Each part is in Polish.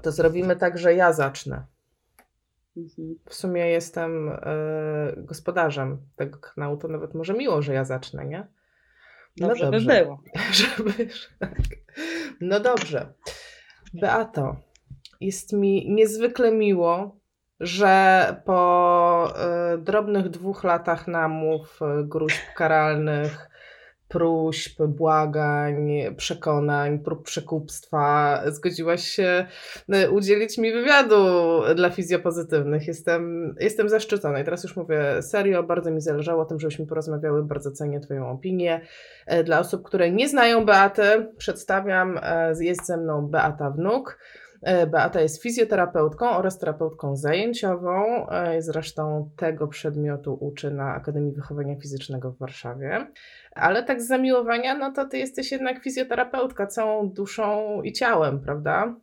to zrobimy tak, że ja zacznę. Mhm. W sumie jestem gospodarzem tego kanału, to nawet może miło, że ja zacznę, nie? No Dobrze by dobrze. było. Tak. No dobrze. Beato, jest mi niezwykle miło, że po drobnych 2 latach namów, gróźb karalnych, próśb, błagań, przekonań, prób przekupstwa zgodziłaś się udzielić mi wywiadu dla fizjopozytywnych. Jestem zaszczycona i teraz już mówię serio, bardzo mi zależało o tym, żebyśmy porozmawiały, bardzo cenię Twoją opinię. Dla osób, które nie znają Beaty, przedstawiam, jest ze mną Beata Wnuk. Beata jest fizjoterapeutką oraz terapeutką zajęciową. Zresztą tego przedmiotu uczy na Akademii Wychowania Fizycznego w Warszawie. Ale tak z zamiłowania, no to ty jesteś jednak fizjoterapeutka całą duszą i ciałem, prawda?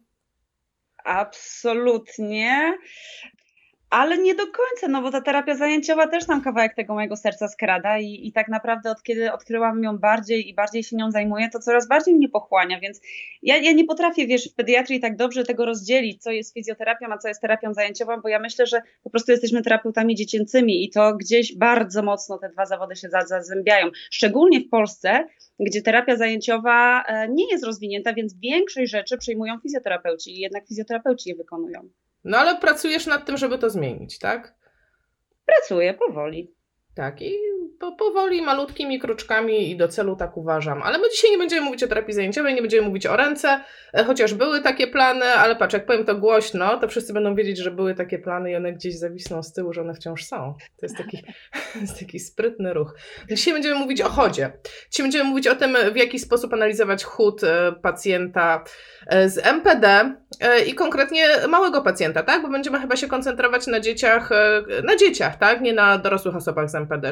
Absolutnie. Ale nie do końca, no bo ta terapia zajęciowa też nam kawałek tego mojego serca skrada i tak naprawdę od kiedy odkryłam ją bardziej i bardziej się nią zajmuję, to coraz bardziej mnie pochłania, więc ja nie potrafię, wiesz, w pediatrii tak dobrze tego rozdzielić, co jest fizjoterapią, a co jest terapią zajęciową, bo ja myślę, że po prostu jesteśmy terapeutami dziecięcymi i to gdzieś bardzo mocno te dwa zawody się zazębiają, szczególnie w Polsce, gdzie terapia zajęciowa nie jest rozwinięta, więc większość rzeczy przyjmują fizjoterapeuci i jednak fizjoterapeuci je wykonują. No ale pracujesz nad tym, żeby to zmienić, tak? Pracuję powoli. Tak, i powoli, malutkimi kroczkami i do celu, tak uważam. Ale my dzisiaj nie będziemy mówić o terapii zajęciowej, nie będziemy mówić o ręce, chociaż były takie plany, ale patrz, jak powiem to głośno, to wszyscy będą wiedzieć, że były takie plany i one gdzieś zawisną z tyłu, że one wciąż są. To jest taki sprytny ruch. Dzisiaj będziemy mówić o chodzie. Dzisiaj będziemy mówić o tym, w jaki sposób analizować chód pacjenta z MPD i konkretnie małego pacjenta, tak? Bo będziemy chyba się koncentrować na dzieciach, tak? Nie na dorosłych osobach z MPD.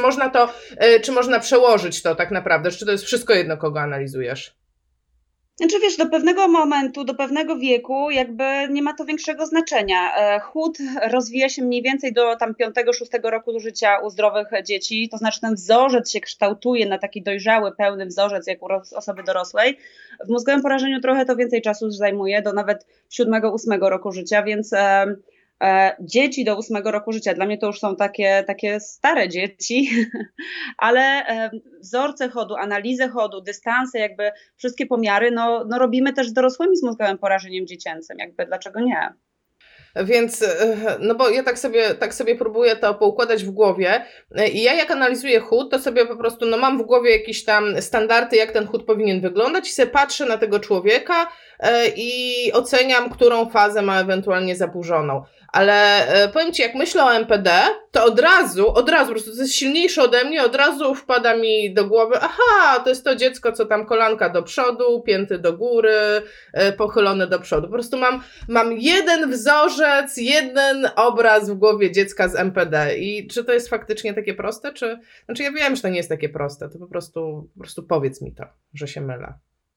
Czy można przełożyć to tak naprawdę? Czy to jest wszystko jedno, kogo analizujesz? Znaczy wiesz, do pewnego momentu, do pewnego wieku jakby nie ma to większego znaczenia. Chód rozwija się mniej więcej do tam 5-6 roku życia u zdrowych dzieci, to znaczy ten wzorzec się kształtuje na taki dojrzały, pełny wzorzec jak u osoby dorosłej. W mózgowym porażeniu trochę to więcej czasu zajmuje, do nawet 7-8 roku życia, więc dzieci do 8 roku życia, dla mnie to już są takie stare dzieci, ale wzorce chodu, analizę chodu, dystanse, jakby wszystkie pomiary, no robimy też z dorosłymi z mózgowym porażeniem dziecięcym, jakby dlaczego nie? Więc, no bo ja tak sobie próbuję to poukładać w głowie i ja jak analizuję chód, to sobie po prostu, no mam w głowie jakieś tam standardy, jak ten chód powinien wyglądać i sobie patrzę na tego człowieka i oceniam, którą fazę ma ewentualnie zaburzoną. Ale powiem Ci, jak myślę o MPD, to od razu, po prostu to jest silniejsze ode mnie, od razu wpada mi do głowy, aha, to jest to dziecko, co tam kolanka do przodu, pięty do góry, pochylone do przodu. Po prostu mam jeden wzorzec, jeden obraz w głowie dziecka z MPD. I czy to jest faktycznie takie proste? Znaczy ja wiem, że to nie jest takie proste, to po prostu powiedz mi to, że się mylę.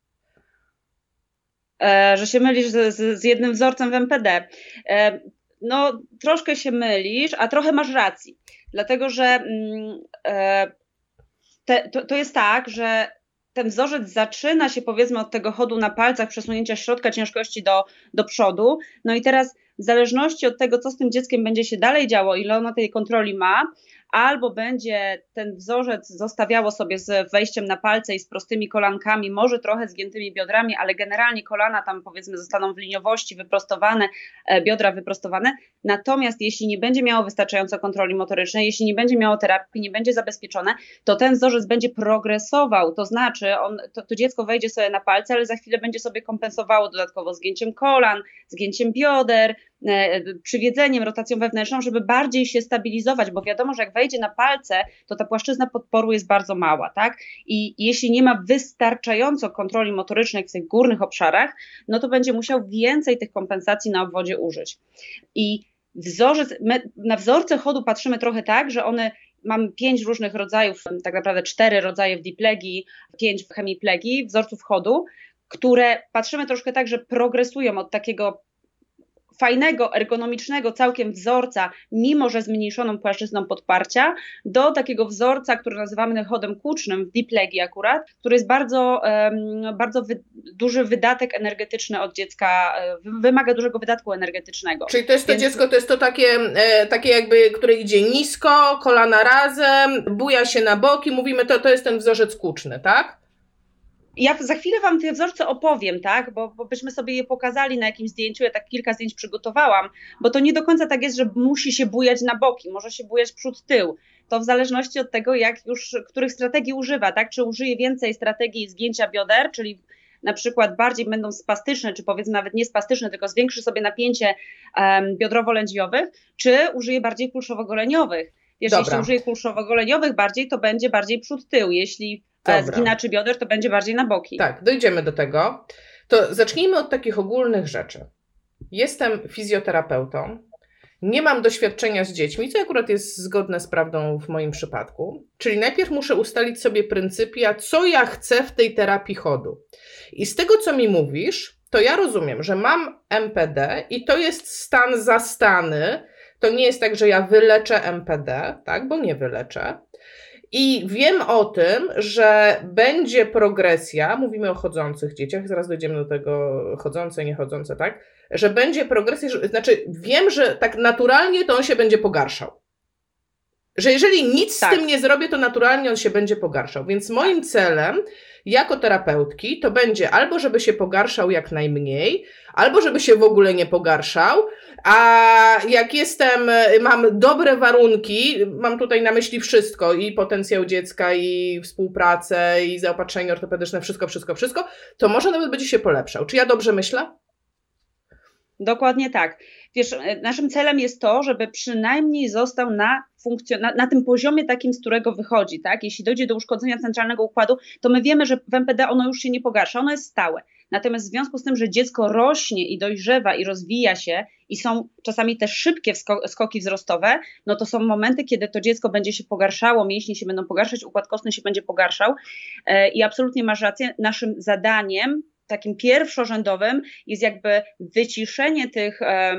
Że się mylisz z jednym wzorcem w MPD. No, troszkę się mylisz, a trochę masz racji. Dlatego, że to jest tak, że ten wzorzec zaczyna się powiedzmy od tego chodu na palcach, przesunięcia środka ciężkości do przodu. No i teraz w zależności od tego, co z tym dzieckiem będzie się dalej działo, ile ono tej kontroli ma, albo będzie ten wzorzec zostawiało sobie z wejściem na palce i z prostymi kolankami, może trochę zgiętymi biodrami, ale generalnie kolana tam powiedzmy zostaną w liniowości wyprostowane, biodra wyprostowane. Natomiast jeśli nie będzie miało wystarczająco kontroli motorycznej, jeśli nie będzie miało terapii, nie będzie zabezpieczone, to ten wzorzec będzie progresował, to znaczy to dziecko wejdzie sobie na palce, ale za chwilę będzie sobie kompensowało dodatkowo zgięciem kolan, zgięciem bioder, przywiedzeniem, rotacją wewnętrzną, żeby bardziej się stabilizować, bo wiadomo, że jak wejdzie na palce, to ta płaszczyzna podporu jest bardzo mała, tak? I jeśli nie ma wystarczająco kontroli motorycznej w tych górnych obszarach, no to będzie musiał więcej tych kompensacji na obwodzie użyć. I na wzorce chodu patrzymy trochę tak, że mamy 5 różnych rodzajów, tak naprawdę 4 rodzaje w diplegii, 5 w hemiplegii, wzorców chodu, które patrzymy troszkę tak, że progresują od takiego fajnego, ergonomicznego całkiem wzorca, mimo że zmniejszoną płaszczyzną podparcia, do takiego wzorca, który nazywamy chodem kłucznym, w diplegi akurat, który jest bardzo duży wydatek energetyczny od dziecka, wymaga dużego wydatku energetycznego. Czyli to jest to dziecko, to jest to takie jakby, które idzie nisko, kolana razem, buja się na boki, mówimy to jest ten wzorzec kłuczny, tak? Ja za chwilę Wam te wzorce opowiem, tak? Bo byśmy sobie je pokazali na jakimś zdjęciu, ja tak kilka zdjęć przygotowałam, bo to nie do końca tak jest, że musi się bujać na boki, może się bujać przód, tył. To w zależności od tego, których strategii używa, tak? Czy użyje więcej strategii zgięcia bioder, czyli na przykład bardziej będą spastyczne, czy powiedzmy nawet nie spastyczne, tylko zwiększy sobie napięcie biodrowo-lędźwiowych, czy użyje bardziej kulszowo-goleniowych. Jeśli użyje kulszowo-goleniowych bardziej, to będzie bardziej przód, tył. Jeśli zginaczy bioder, to będzie bardziej na boki. Tak, dojdziemy do tego. To zacznijmy od takich ogólnych rzeczy. Jestem fizjoterapeutą, nie mam doświadczenia z dziećmi, co akurat jest zgodne z prawdą w moim przypadku. Czyli najpierw muszę ustalić sobie pryncypia, co ja chcę w tej terapii chodu. I z tego, co mi mówisz, to ja rozumiem, że mam MPD i to jest stan zastany. To nie jest tak, że ja wyleczę MPD, tak, bo nie wyleczę. I wiem o tym, że będzie progresja, mówimy o chodzących dzieciach, zaraz dojdziemy do tego chodzące, niechodzące, tak? Że będzie progresja, znaczy wiem, że tak naturalnie to on się będzie pogarszał. Że jeżeli nic z tym nie zrobię, to naturalnie on się będzie pogarszał. Więc moim celem jako terapeutki to będzie albo żeby się pogarszał jak najmniej, albo żeby się w ogóle nie pogarszał, a jak mam dobre warunki, mam tutaj na myśli wszystko, i potencjał dziecka, i współpracę, i zaopatrzenie ortopedyczne, wszystko, to może nawet będzie się polepszał. Czy ja dobrze myślę? Dokładnie tak. Wiesz, naszym celem jest to, żeby przynajmniej został na tym poziomie takim, z którego wychodzi, tak? Jeśli dojdzie do uszkodzenia centralnego układu, to my wiemy, że w MPD ono już się nie pogarsza, ono jest stałe. Natomiast w związku z tym, że dziecko rośnie i dojrzewa i rozwija się i są czasami też szybkie skoki wzrostowe, no to są momenty, kiedy to dziecko będzie się pogarszało, mięśnie się będą pogarszać, układ kostny się będzie pogarszał i absolutnie masz rację, naszym zadaniem takim pierwszorzędowym jest jakby wyciszenie tych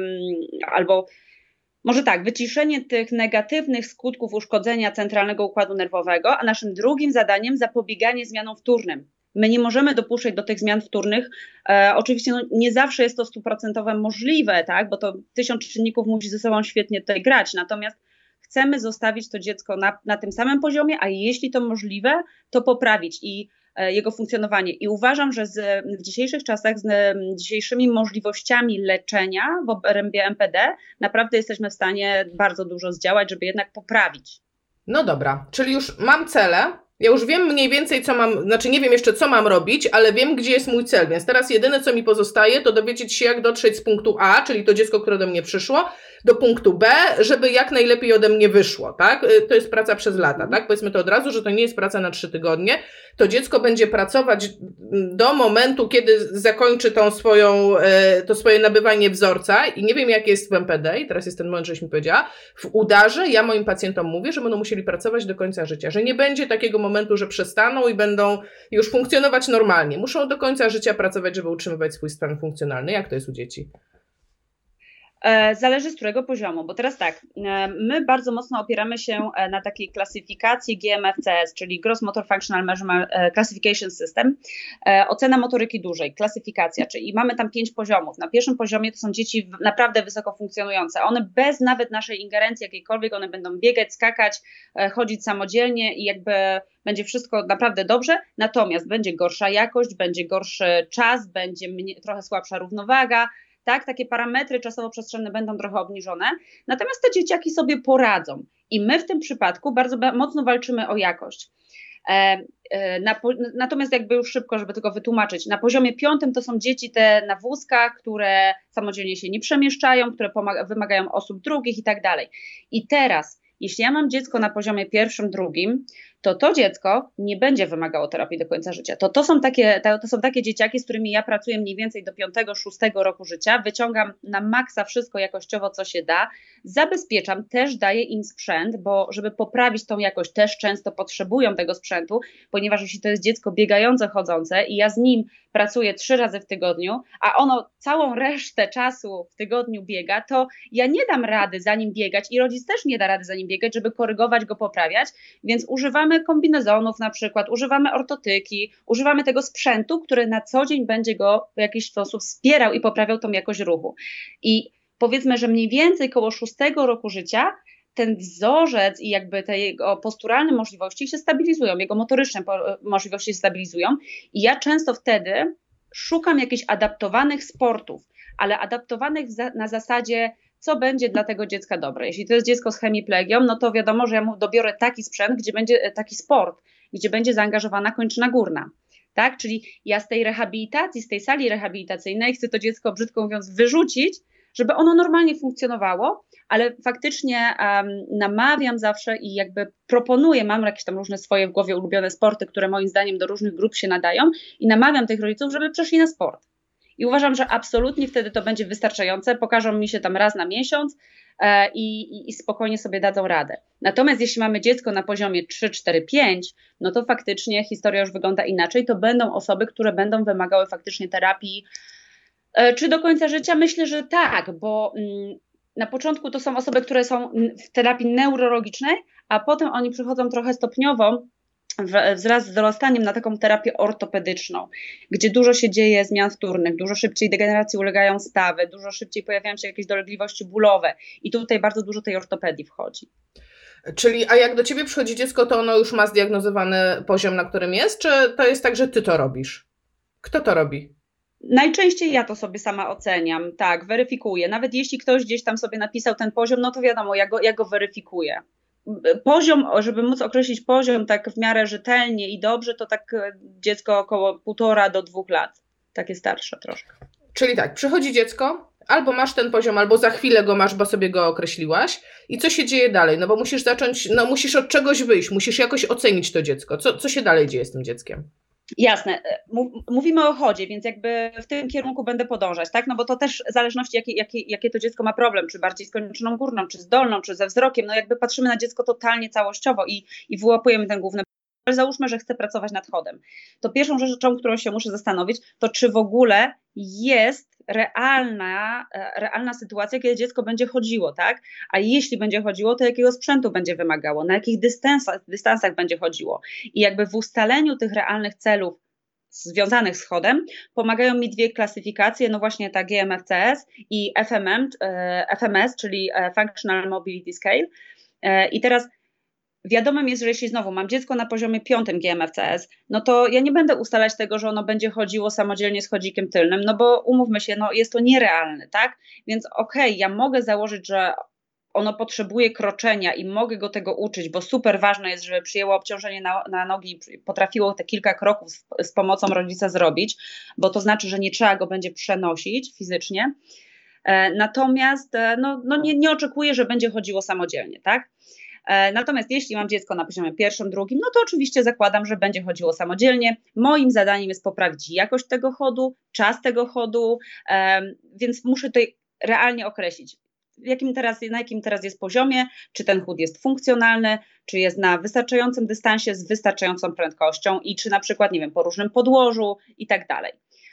wyciszenie tych negatywnych skutków uszkodzenia centralnego układu nerwowego, a naszym drugim zadaniem zapobieganie zmianom wtórnym. My nie możemy dopuszczać do tych zmian wtórnych. Oczywiście nie zawsze jest to 100% możliwe, tak? Bo to 1000 czynników musi ze sobą świetnie tutaj grać. Natomiast chcemy zostawić to dziecko na tym samym poziomie, a jeśli to możliwe, to poprawić jego funkcjonowanie. I uważam, że w dzisiejszych czasach z dzisiejszymi możliwościami leczenia w obrębie MPD naprawdę jesteśmy w stanie bardzo dużo zdziałać, żeby jednak poprawić. No dobra, czyli już mam cele. Ja już wiem mniej więcej, co mam, znaczy nie wiem jeszcze, co mam robić, ale wiem, gdzie jest mój cel, więc teraz jedyne, co mi pozostaje, to dowiedzieć się, jak dotrzeć z punktu A, czyli to dziecko, które do mnie przyszło, do punktu B, żeby jak najlepiej ode mnie wyszło, tak? To jest praca przez lata, tak? Powiedzmy to od razu, że to nie jest praca na 3 tygodnie. To dziecko będzie pracować do momentu, kiedy zakończy to swoje nabywanie wzorca i nie wiem, jak jest w MPD, i teraz jest ten moment, żeś mi powiedziała, w udarze ja moim pacjentom mówię, że będą musieli pracować do końca życia, że nie będzie takiego momentu, że przestaną i będą już funkcjonować normalnie. Muszą do końca życia pracować, żeby utrzymywać swój stan funkcjonalny. Jak to jest u dzieci? Zależy z którego poziomu, bo teraz tak, my bardzo mocno opieramy się na takiej klasyfikacji GMFCS, czyli Gross Motor Functional Measurement Classification System, ocena motoryki dużej, klasyfikacja, czyli mamy tam 5 poziomów. Na pierwszym poziomie to są dzieci naprawdę wysoko funkcjonujące, one bez nawet naszej ingerencji jakiejkolwiek, one będą biegać, skakać, chodzić samodzielnie i jakby będzie wszystko naprawdę dobrze, natomiast będzie gorsza jakość, będzie gorszy czas, będzie trochę słabsza równowaga, tak, takie parametry czasowo-przestrzenne będą trochę obniżone, natomiast te dzieciaki sobie poradzą i my w tym przypadku bardzo mocno walczymy o jakość. Natomiast jakby już szybko, żeby tylko wytłumaczyć, na poziomie 5 to są dzieci te na wózkach, które samodzielnie się nie przemieszczają, które wymagają osób drugich i tak dalej. I teraz, jeśli ja mam dziecko na poziomie 1, 2, to dziecko nie będzie wymagało terapii do końca życia. To są takie dzieciaki, z którymi ja pracuję mniej więcej do 5-6 roku życia, wyciągam na maksa wszystko jakościowo, co się da, zabezpieczam, też daję im sprzęt, bo żeby poprawić tą jakość, też często potrzebują tego sprzętu, ponieważ jeśli to jest dziecko biegające, chodzące i ja z nim pracuję 3 razy w tygodniu, a ono całą resztę czasu w tygodniu biega, to ja nie dam rady za nim biegać i rodzic też nie da rady za nim biegać, żeby korygować go, poprawiać, więc używamy kombinezonów na przykład, używamy ortotyki, używamy tego sprzętu, który na co dzień będzie go w jakiś sposób wspierał i poprawiał tą jakość ruchu. I powiedzmy, że mniej więcej koło 6 roku życia ten wzorzec i jakby te jego posturalne możliwości się stabilizują, jego motoryczne możliwości się stabilizują i ja często wtedy szukam jakichś adaptowanych sportów, ale adaptowanych na zasadzie, co będzie dla tego dziecka dobre. Jeśli to jest dziecko z hemiplegią, no to wiadomo, że ja mu dobiorę taki sprzęt, gdzie będzie taki sport, gdzie będzie zaangażowana kończyna górna. Tak? Czyli ja z tej rehabilitacji, z tej sali rehabilitacyjnej chcę to dziecko, brzydko mówiąc, wyrzucić, żeby ono normalnie funkcjonowało, ale faktycznie namawiam zawsze i jakby proponuję, mam jakieś tam różne swoje w głowie ulubione sporty, które moim zdaniem do różnych grup się nadają i namawiam tych rodziców, żeby przeszli na sport. I uważam, że absolutnie wtedy to będzie wystarczające, pokażą mi się tam raz na miesiąc i spokojnie sobie dadzą radę. Natomiast jeśli mamy dziecko na poziomie 3, 4, 5, no to faktycznie historia już wygląda inaczej, to będą osoby, które będą wymagały faktycznie terapii. Czy do końca życia? Myślę, że tak, bo na początku to są osoby, które są w terapii neurologicznej, a potem oni przychodzą trochę stopniowo wraz z dorastaniem na taką terapię ortopedyczną, gdzie dużo się dzieje zmian wtórnych, dużo szybciej degeneracji ulegają stawy, dużo szybciej pojawiają się jakieś dolegliwości bólowe i tutaj bardzo dużo tej ortopedii wchodzi. Czyli, a jak do ciebie przychodzi dziecko, to ono już ma zdiagnozowany poziom, na którym jest, czy to jest tak, że ty to robisz? Kto to robi? Najczęściej ja to sobie sama oceniam, tak, weryfikuję. Nawet jeśli ktoś gdzieś tam sobie napisał ten poziom, no to wiadomo, ja go weryfikuję. Poziom, żeby móc określić poziom tak w miarę rzetelnie i dobrze, to tak dziecko około 1,5 do 2 lat, takie starsze troszkę. Czyli tak, przychodzi dziecko, albo masz ten poziom, albo za chwilę go masz, bo sobie go określiłaś i co się dzieje dalej? No bo musisz zacząć, musisz od czegoś wyjść, musisz jakoś ocenić to dziecko. Co się dalej dzieje z tym dzieckiem? Jasne, mówimy o chodzie, więc jakby w tym kierunku będę podążać, tak? No bo to też w zależności jakie to dziecko ma problem, czy bardziej z kończyną górną, czy z dolną, czy ze wzrokiem, no jakby patrzymy na dziecko totalnie całościowo i wyłapujemy ten główny. Ale załóżmy, że chcę pracować nad chodem. To pierwszą rzeczą, którą się muszę zastanowić, to czy w ogóle jest realna sytuacja, kiedy dziecko będzie chodziło, tak? A jeśli będzie chodziło, to jakiego sprzętu będzie wymagało, na jakich dystansach będzie chodziło. I jakby w ustaleniu tych realnych celów związanych z chodem pomagają mi 2 klasyfikacje, no właśnie ta GMFCS i FMS, czyli Functional Mobility Scale. I teraz wiadomym jest, że jeśli znowu mam dziecko na poziomie 5 GMFCS, no to ja nie będę ustalać tego, że ono będzie chodziło samodzielnie z chodzikiem tylnym, no bo umówmy się, no jest to nierealne, tak? Więc okej, ja mogę założyć, że ono potrzebuje kroczenia i mogę go tego uczyć, bo super ważne jest, żeby przyjęło obciążenie na nogi i potrafiło te kilka kroków z pomocą rodzica zrobić, bo to znaczy, że nie trzeba go będzie przenosić fizycznie. Natomiast nie oczekuję, że będzie chodziło samodzielnie, tak? Natomiast jeśli mam dziecko na poziomie 1, 2, no to oczywiście zakładam, że będzie chodziło samodzielnie. Moim zadaniem jest poprawić jakość tego chodu, czas tego chodu, więc muszę tutaj realnie określić, na jakim teraz jest poziomie, czy ten chód jest funkcjonalny, czy jest na wystarczającym dystansie z wystarczającą prędkością i czy na przykład, nie wiem, po różnym podłożu i tak dalej.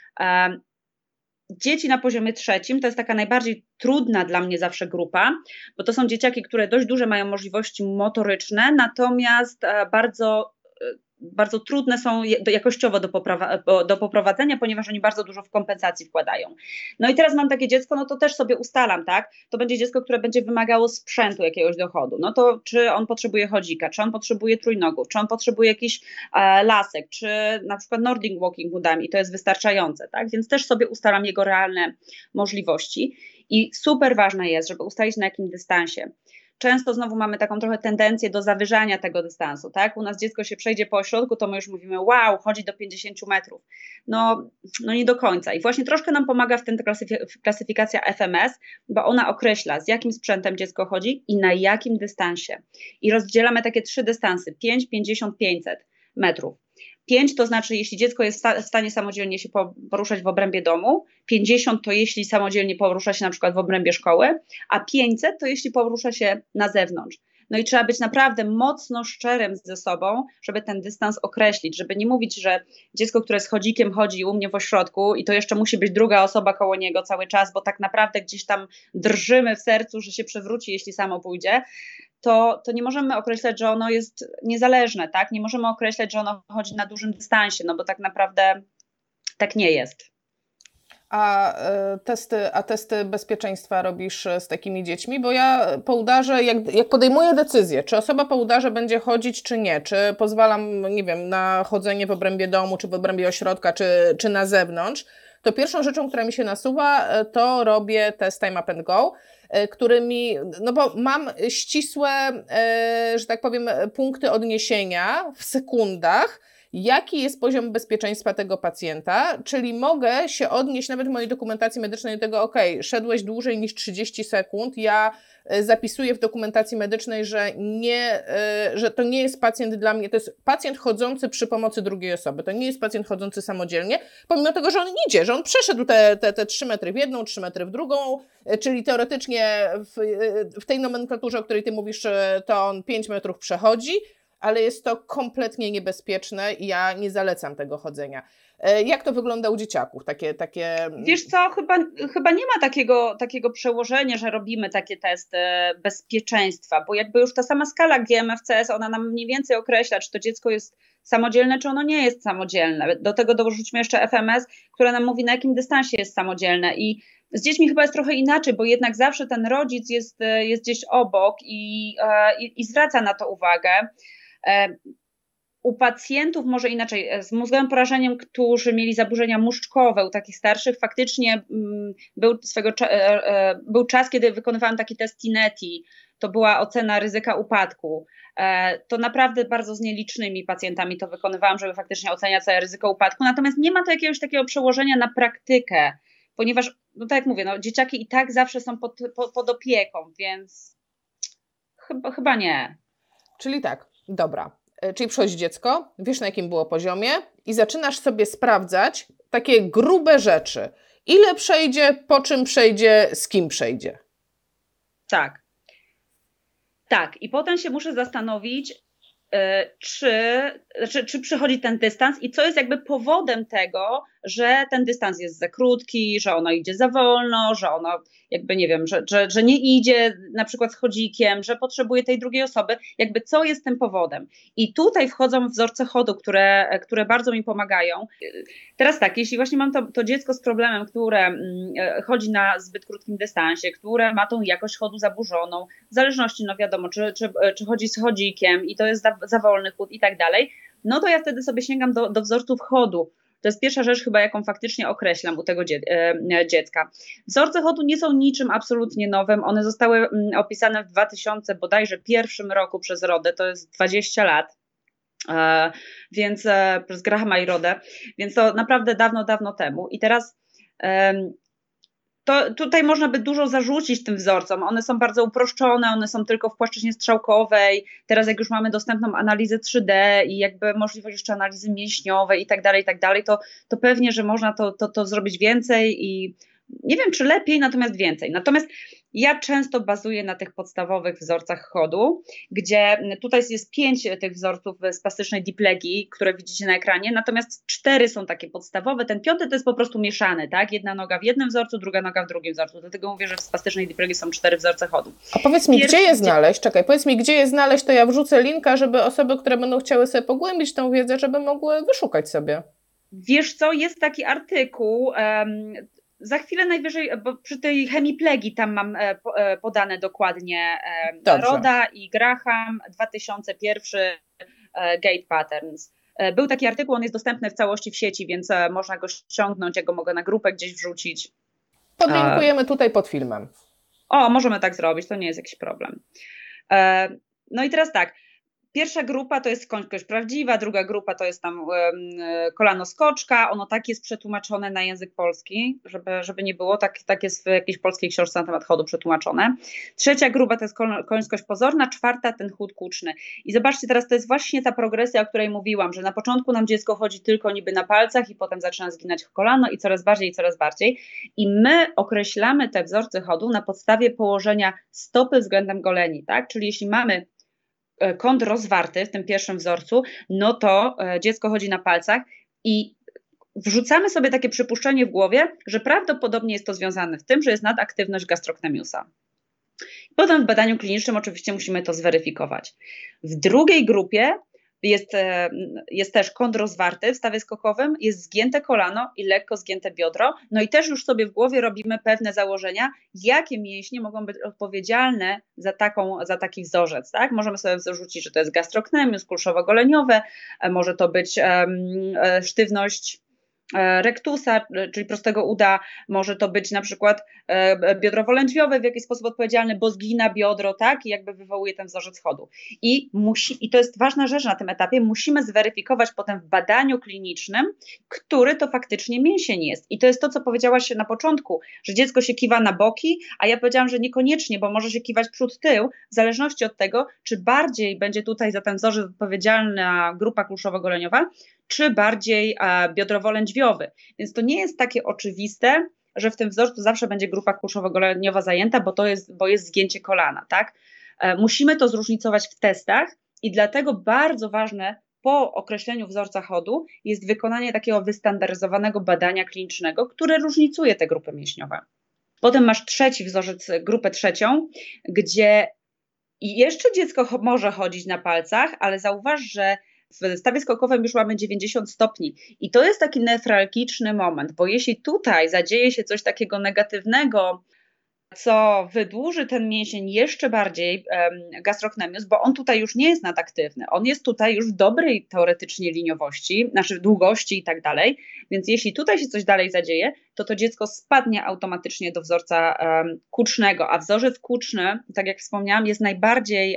Dzieci na poziomie 3 to jest taka najbardziej trudna dla mnie zawsze grupa, bo to są dzieciaki, które dość duże mają możliwości motoryczne, natomiast bardzo trudne są jakościowo do poprowadzenia, ponieważ oni bardzo dużo w kompensacji wkładają. No i teraz mam takie dziecko, no to też sobie ustalam, tak? To będzie dziecko, które będzie wymagało sprzętu jakiegoś do chodu. No to czy on potrzebuje chodzika, czy on potrzebuje trójnogów, czy on potrzebuje jakichś lasek, czy na przykład Nordic Walking budami, to jest wystarczające, tak? Więc też sobie ustalam jego realne możliwości i super ważne jest, żeby ustalić na jakim dystansie. często znowu mamy taką trochę tendencję do zawyżania tego dystansu, tak? U nas dziecko się przejdzie po ośrodku, to my już mówimy, wow, chodzi do 50 metrów. No nie do końca. I właśnie troszkę nam pomaga w tym klasyfikacja FMS, bo ona określa, z jakim sprzętem dziecko chodzi i na jakim dystansie. I rozdzielamy takie 3 dystansy, 5, 50, 500 metrów. 5 to znaczy, jeśli dziecko jest w stanie samodzielnie się poruszać w obrębie domu, 50 to jeśli samodzielnie porusza się na przykład w obrębie szkoły, a 500 to jeśli porusza się na zewnątrz. No i trzeba być naprawdę mocno szczerym ze sobą, żeby ten dystans określić, żeby nie mówić, że dziecko, które z chodzikiem chodzi u mnie w ośrodku i to jeszcze musi być druga osoba koło niego cały czas, bo tak naprawdę gdzieś tam drżymy w sercu, że się przewróci, jeśli samo pójdzie. To nie możemy określać, że ono jest niezależne, tak? Nie możemy określać, że ono chodzi na dużym dystansie, no bo tak naprawdę tak nie jest. A testy bezpieczeństwa robisz z takimi dziećmi? Bo ja po udarze, jak podejmuję decyzję, czy osoba po udarze będzie chodzić, czy nie, czy pozwalam, nie wiem, na chodzenie w obrębie domu, czy w obrębie ośrodka, czy na zewnątrz, to pierwszą rzeczą, która mi się nasuwa, to robię test Time Up and Go, który mi, no bo mam ścisłe, że tak powiem, punkty odniesienia w sekundach, jaki jest poziom bezpieczeństwa tego pacjenta, czyli mogę się odnieść nawet w mojej dokumentacji medycznej do tego, ok, szedłeś dłużej niż 30 sekund, ja zapisuję w dokumentacji medycznej, że to nie jest pacjent dla mnie, to jest pacjent chodzący przy pomocy drugiej osoby, to nie jest pacjent chodzący samodzielnie, pomimo tego, że on idzie, że on przeszedł te 3 metry w jedną, 3 metry w drugą, czyli teoretycznie w tej nomenklaturze, o której ty mówisz, to on 5 metrów przechodzi, ale jest to kompletnie niebezpieczne i ja nie zalecam tego chodzenia. Jak to wygląda u dzieciaków? Takie... Wiesz co, chyba nie ma takiego przełożenia, że robimy takie testy bezpieczeństwa, bo jakby już ta sama skala GMFCS, ona nam mniej więcej określa, czy to dziecko jest samodzielne, czy ono nie jest samodzielne. Do tego dorzućmy jeszcze FMS, która nam mówi, na jakim dystansie jest samodzielne i z dziećmi chyba jest trochę inaczej, bo jednak zawsze ten rodzic jest gdzieś obok i zwraca na to uwagę. U pacjentów może inaczej, z mózgowym porażeniem, którzy mieli zaburzenia muszczkowe, u takich starszych faktycznie był czas, kiedy wykonywałam taki test TINETI, to była ocena ryzyka upadku. To naprawdę bardzo z nielicznymi pacjentami to wykonywałam, żeby faktycznie oceniać całe ryzyko upadku, natomiast nie ma to jakiegoś takiego przełożenia na praktykę, ponieważ, no tak jak mówię, no, dzieciaki i tak zawsze są pod opieką, więc chyba nie. Czyli tak, dobra. Czyli przychodzi dziecko, wiesz na jakim było poziomie i zaczynasz sobie sprawdzać takie grube rzeczy. Ile przejdzie, po czym przejdzie, z kim przejdzie. Tak. I potem się muszę zastanowić, czy przychodzi ten dystans i co jest jakby powodem tego, że ten dystans jest za krótki, że ono idzie za wolno, że ono jakby nie wiem, że nie idzie na przykład z chodzikiem, że potrzebuje tej drugiej osoby, jakby co jest tym powodem. I tutaj wchodzą wzorce chodu, które bardzo mi pomagają. Teraz tak, jeśli właśnie mam to dziecko z problemem, które chodzi na zbyt krótkim dystansie, które ma tą jakość chodu zaburzoną, w zależności, no wiadomo, czy chodzi z chodzikiem i to jest za wolny chód i tak dalej, no to ja wtedy sobie sięgam do wzorców chodu. To jest pierwsza rzecz chyba, jaką faktycznie określam u tego dziecka. Wzorce chodu nie są niczym absolutnie nowym. One zostały opisane w 2000 bodajże pierwszym roku przez RODę, to jest 20 lat. Więc przez Grahama i RODę, więc to naprawdę dawno temu. I teraz to tutaj można by dużo zarzucić tym wzorcom. One są bardzo uproszczone, one są tylko w płaszczyźnie strzałkowej. Teraz jak już mamy dostępną analizę 3D i jakby możliwość jeszcze analizy mięśniowej i tak dalej, to pewnie, że można to zrobić więcej i nie wiem, czy lepiej, natomiast więcej. Natomiast ja często bazuję na tych podstawowych wzorcach chodu, gdzie tutaj jest 5 tych wzorców spastycznej diplegi, które widzicie na ekranie, natomiast 4 są takie podstawowe, ten 5 to jest po prostu mieszany, tak? Jedna noga w jednym wzorcu, druga noga w drugim wzorcu, dlatego mówię, że w spastycznej diplegi są 4 wzorce chodu. A powiedz mi, gdzie je znaleźć? Powiedz mi, gdzie je znaleźć, to ja wrzucę linka, żeby osoby, które będą chciały sobie pogłębić tą wiedzę, żeby mogły wyszukać sobie. Wiesz co, jest taki artykuł, za chwilę najwyżej, bo przy tej hemiplegi tam mam podane dokładnie RODA i Graham 2001 Gait Patterns. Był taki artykuł, on jest dostępny w całości w sieci, więc można go ściągnąć, ja go mogę na grupę gdzieś wrzucić. Podlinkujemy tutaj pod filmem. O, możemy tak zrobić, to nie jest jakiś problem. No i teraz tak, pierwsza grupa to jest kość prawdziwa, druga grupa to jest tam kolano skoczka, ono tak jest przetłumaczone na język polski, żeby nie było, tak jest w jakiejś polskiej książce na temat chodu przetłumaczone. Trzecia grupa to jest kość pozorna, czwarta ten chód kuczny. I zobaczcie teraz, to jest właśnie ta progresja, o której mówiłam, że na początku nam dziecko chodzi tylko niby na palcach i potem zaczyna zginać w kolano i coraz bardziej. I my określamy te wzorce chodu na podstawie położenia stopy względem goleni, tak? Czyli jeśli mamy kąt rozwarty w tym pierwszym wzorcu, no to dziecko chodzi na palcach i wrzucamy sobie takie przypuszczenie w głowie, że prawdopodobnie jest to związane z tym, że jest nadaktywność gastrocnemiusa. Potem w badaniu klinicznym oczywiście musimy to zweryfikować. W drugiej grupie jest też kąt rozwarty w stawie skokowym, jest zgięte kolano i lekko zgięte biodro. No i też już sobie w głowie robimy pewne założenia, jakie mięśnie mogą być odpowiedzialne za taki wzorzec. Tak? Możemy sobie zarzucić, że to jest gastrocnemius, kulszowo-goleniowe, może to być sztywność rektusa, czyli prostego uda, może to być na przykład biodrowo-lędźwiowe w jakiś sposób odpowiedzialny, bo zgina biodro, tak, i jakby wywołuje ten wzorzec chodu. I to jest ważna rzecz na tym etapie, musimy zweryfikować potem w badaniu klinicznym, który to faktycznie mięsień jest. I to jest to, co powiedziałaś na początku, że dziecko się kiwa na boki, a ja powiedziałam, że niekoniecznie, bo może się kiwać przód-tył, w zależności od tego, czy bardziej będzie tutaj za ten wzorzec odpowiedzialna grupa kulszowo-goleniowa, czy bardziej biodrowo-lędźwiowy. Więc to nie jest takie oczywiste, że w tym wzorcu zawsze będzie grupa kulszowo-goleniowa zajęta, bo jest zgięcie kolana. Tak? Musimy to zróżnicować w testach i dlatego bardzo ważne po określeniu wzorca chodu jest wykonanie takiego wystandaryzowanego badania klinicznego, które różnicuje te grupy mięśniowe. Potem masz trzeci wzorzec, grupę trzecią, gdzie jeszcze dziecko może chodzić na palcach, ale zauważ, że w stawie skokowym już mamy 90 stopni i to jest taki newralgiczny moment, bo jeśli tutaj zadzieje się coś takiego negatywnego, co wydłuży ten mięsień jeszcze bardziej, gastrocnemius, bo on tutaj już nie jest nadaktywny, on jest tutaj już w dobrej teoretycznie liniowości, znaczy długości i tak dalej, więc jeśli tutaj się coś dalej zadzieje, to dziecko spadnie automatycznie do wzorca kucznego, a wzorzec kuczny, tak jak wspomniałam, jest najbardziej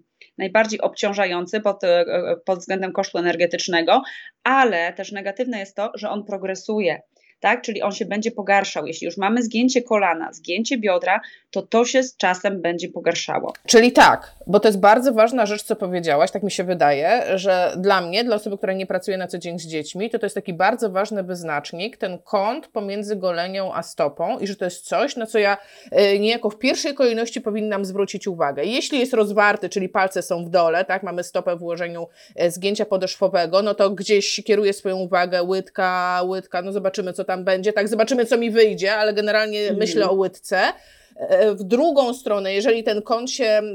obciążający pod względem kosztu energetycznego, ale też negatywne jest to, że on progresuje. Tak? Czyli on się będzie pogarszał. Jeśli już mamy zgięcie kolana, zgięcie biodra, to się z czasem będzie pogarszało. Czyli tak, bo to jest bardzo ważna rzecz, co powiedziałaś, tak mi się wydaje, że dla mnie, dla osoby, która nie pracuje na co dzień z dziećmi, to jest taki bardzo ważny wyznacznik, ten kąt pomiędzy golenią a stopą i że to jest coś, na co ja niejako w pierwszej kolejności powinnam zwrócić uwagę. Jeśli jest rozwarty, czyli palce są w dole, tak, mamy stopę w ułożeniu zgięcia podeszwowego, no to gdzieś kieruję swoją uwagę, łydka, no zobaczymy, co tam będzie, tak, zobaczymy, co mi wyjdzie, ale generalnie myślę o łydce. W drugą stronę, jeżeli ten kąt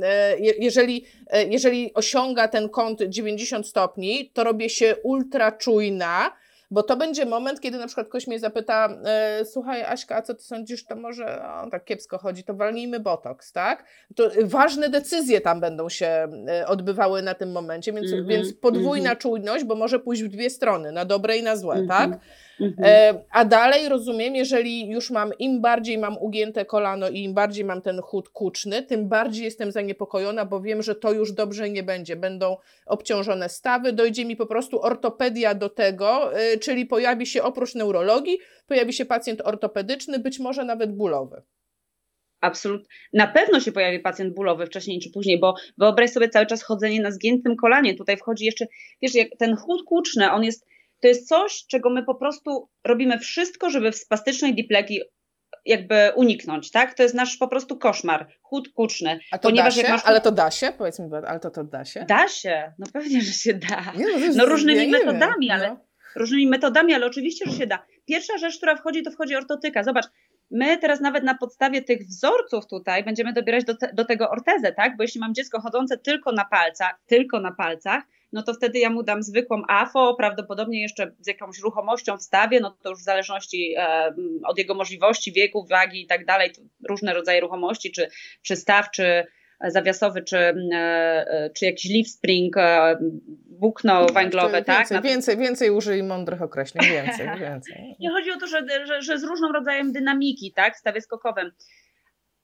jeżeli osiąga ten kąt 90 stopni, to robię się ultra czujna, bo to będzie moment, kiedy na przykład ktoś mnie zapyta, słuchaj Aśka, a co ty sądzisz, to może tak kiepsko chodzi, to walnijmy botoks, tak? To ważne decyzje tam będą się odbywały na tym momencie, więc podwójna czujność, bo może pójść w dwie strony, na dobre i na złe, tak? A dalej rozumiem, jeżeli już im bardziej mam ugięte kolano i im bardziej mam ten chód kuczny, tym bardziej jestem zaniepokojona, bo wiem, że to już dobrze nie będzie. Będą obciążone stawy, dojdzie mi po prostu ortopedia do tego, czyli pojawi się oprócz neurologii, pojawi się pacjent ortopedyczny, być może nawet bólowy. Absolutnie. Na pewno się pojawi pacjent bólowy wcześniej czy później, bo wyobraź sobie cały czas chodzenie na zgiętym kolanie. Tutaj wchodzi jeszcze, wiesz, jak ten chód kuczny, to jest coś, czego my po prostu robimy wszystko, żeby w spastycznej diplegi jakby uniknąć, tak? To jest nasz po prostu koszmar, chód kuczny. A to da się? Ale to da się? Powiedz mi, ale to da się? Da się, no pewnie, że się da. No różnymi metodami, różnymi metodami, ale oczywiście, że się da. Pierwsza rzecz, która wchodzi, to wchodzi ortotyka. Zobacz, my teraz nawet na podstawie tych wzorców tutaj będziemy dobierać do tego ortezę, tak? Bo jeśli mam dziecko chodzące tylko na palcach, no to wtedy ja mu dam zwykłą AFO, prawdopodobnie jeszcze z jakąś ruchomością w stawie, no to już w zależności od jego możliwości, wieku, wagi i tak dalej, różne rodzaje ruchomości, czy staw, czy zawiasowy, czy jakiś leaf spring, włókno węglowe, tak? Więcej użyj mądrych określeń, więcej. Nie chodzi o to, że z różnym rodzajem dynamiki, tak, w stawie skokowym.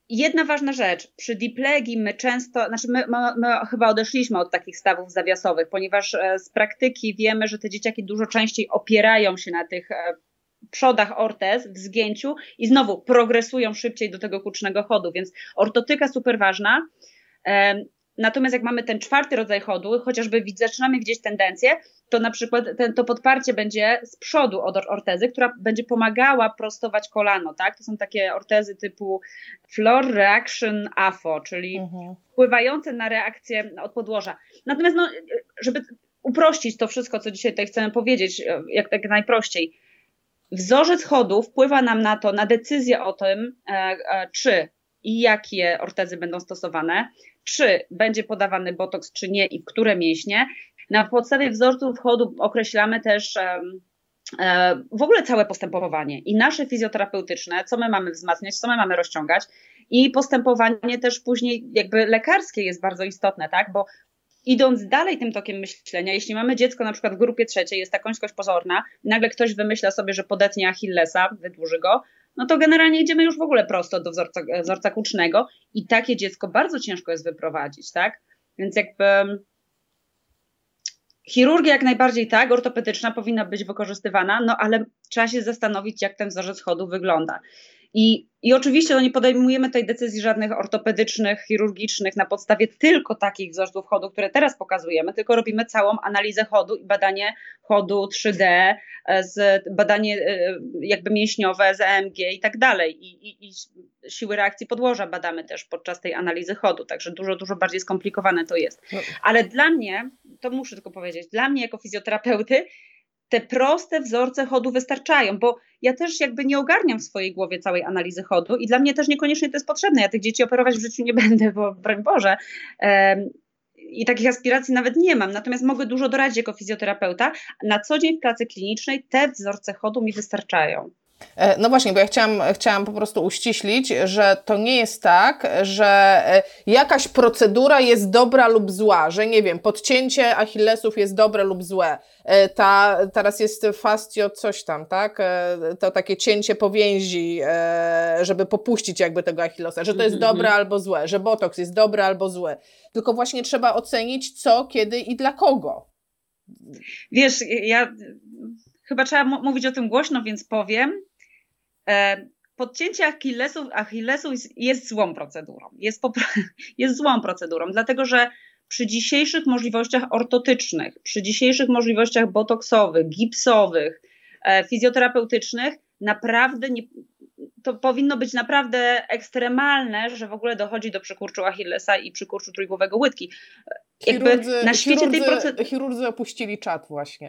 Jedna ważna rzecz, przy diplegi my często, my chyba odeszliśmy od takich stawów zawiasowych, ponieważ z praktyki wiemy, że te dzieciaki dużo częściej opierają się na tych przodach ortez w zgięciu i znowu progresują szybciej do tego kucznego chodu, więc ortotyka super ważna. Natomiast jak mamy ten czwarty rodzaj chodu, chociażby zaczynamy widzieć tendencję, to na przykład to podparcie będzie z przodu od ortezy, która będzie pomagała prostować kolano, tak? To są takie ortezy typu floor reaction AFO, czyli wpływające na reakcję od podłoża. Natomiast żeby uprościć to wszystko, co dzisiaj tutaj chcemy powiedzieć, jak najprościej, wzorzec chodu wpływa nam na to, na decyzję o tym, czy i jakie ortezy będą stosowane, czy będzie podawany botoks, czy nie i w które mięśnie. Na podstawie wzorców chodu określamy też w ogóle całe postępowanie i nasze fizjoterapeutyczne, co my mamy wzmacniać, co my mamy rozciągać i postępowanie też później jakby lekarskie jest bardzo istotne, tak, bo idąc dalej tym tokiem myślenia, jeśli mamy dziecko na przykład w grupie trzeciej, jest ta końskość pozorna, nagle ktoś wymyśla sobie, że podetnie Achillesa, wydłuży go, no to generalnie idziemy już w ogóle prosto do wzorca kucznego i takie dziecko bardzo ciężko jest wyprowadzić, tak? Więc jakby chirurgia jak najbardziej tak, ortopedyczna powinna być wykorzystywana, no ale trzeba się zastanowić, jak ten wzorzec chodu wygląda. I oczywiście nie podejmujemy tej decyzji żadnych ortopedycznych, chirurgicznych na podstawie tylko takich wzorców chodu, które teraz pokazujemy, tylko robimy całą analizę chodu i badanie chodu 3D, badanie jakby mięśniowe z EMG i tak dalej. I siły reakcji podłoża badamy też podczas tej analizy chodu, także dużo bardziej skomplikowane to jest. Ale dla mnie, to muszę tylko powiedzieć, dla mnie jako fizjoterapeuty te proste wzorce chodu wystarczają, bo ja też jakby nie ogarniam w swojej głowie całej analizy chodu i dla mnie też niekoniecznie to jest potrzebne. Ja tych dzieci operować w życiu nie będę, bo broń Boże. I takich aspiracji nawet nie mam. Natomiast mogę dużo doradzić jako fizjoterapeuta. Na co dzień w pracy klinicznej te wzorce chodu mi wystarczają. No właśnie, bo ja chciałam po prostu uściślić, że to nie jest tak, że jakaś procedura jest dobra lub zła, że nie wiem, podcięcie achillesów jest dobre lub złe. Teraz jest fascio coś tam, tak? To takie cięcie powięzi, żeby popuścić jakby tego achillesa, że to jest dobre albo złe, że botoks jest dobry albo zły. Tylko właśnie trzeba ocenić co, kiedy i dla kogo. Wiesz, ja chyba trzeba mówić o tym głośno, więc powiem. Podcięcie achillesów jest złą procedurą. Jest złą procedurą, dlatego że przy dzisiejszych możliwościach ortotycznych, przy dzisiejszych możliwościach botoksowych, gipsowych, fizjoterapeutycznych, naprawdę to powinno być naprawdę ekstremalne, że w ogóle dochodzi do przykurczu achillesa i przykurczu trójgłowego łydki. Chirurdzy opuścili czat właśnie.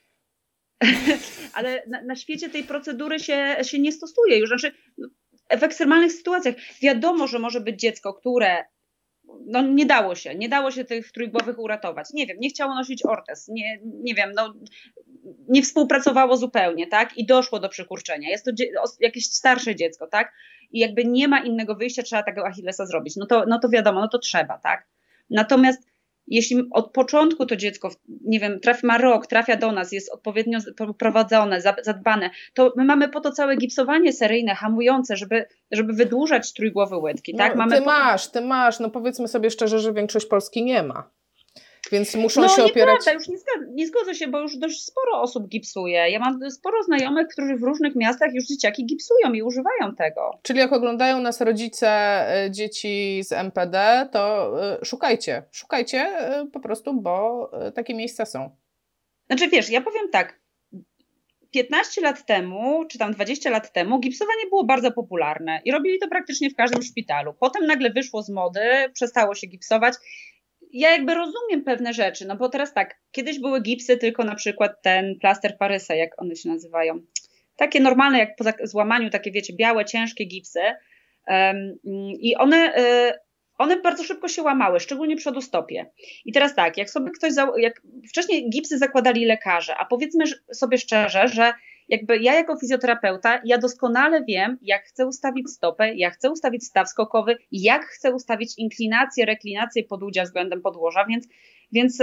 Ale na świecie tej procedury się nie stosuje już. Znaczy, w ekstremalnych sytuacjach wiadomo, że może być dziecko, które nie dało się tych trójgłowych uratować. Nie wiem, nie chciało nosić ortez, nie wiem, nie współpracowało zupełnie, tak? I doszło do przykurczenia. Jest to jakieś starsze dziecko, tak? I jakby nie ma innego wyjścia, trzeba tego Achillesa zrobić. No to wiadomo, to trzeba, tak? Natomiast jeśli od początku to dziecko, nie wiem, ma rok, trafia do nas, jest odpowiednio prowadzone, zadbane, to my mamy po to całe gipsowanie seryjne, hamujące, żeby wydłużać trójgłowe łydki. Tak? Ty masz, powiedzmy sobie szczerze, że większość Polski nie ma. Więc muszą się opierać... No nieprawda, już nie zgodzę się, bo już dość sporo osób gipsuje. Ja mam sporo znajomych, którzy w różnych miastach już dzieciaki gipsują i używają tego. Czyli jak oglądają nas rodzice dzieci z MPD, to szukajcie po prostu, bo takie miejsca są. Znaczy wiesz, ja powiem tak, 15 lat temu, czy tam 20 lat temu gipsowanie było bardzo popularne i robili to praktycznie w każdym szpitalu. Potem nagle wyszło z mody, przestało się gipsować. Ja jakby rozumiem pewne rzeczy, no bo teraz tak, kiedyś były gipsy tylko na przykład ten plaster Parysa, jak one się nazywają. Takie normalne, jak po złamaniu, takie wiecie, białe, ciężkie gipsy. I one bardzo szybko się łamały, szczególnie przodostopie. I teraz tak, jak wcześniej gipsy zakładali lekarze, a powiedzmy sobie szczerze, że jakby ja jako fizjoterapeuta, ja doskonale wiem, jak chcę ustawić stopę, jak chcę ustawić staw skokowy, jak chcę ustawić inklinację, reklinację podudzia względem podłoża, więc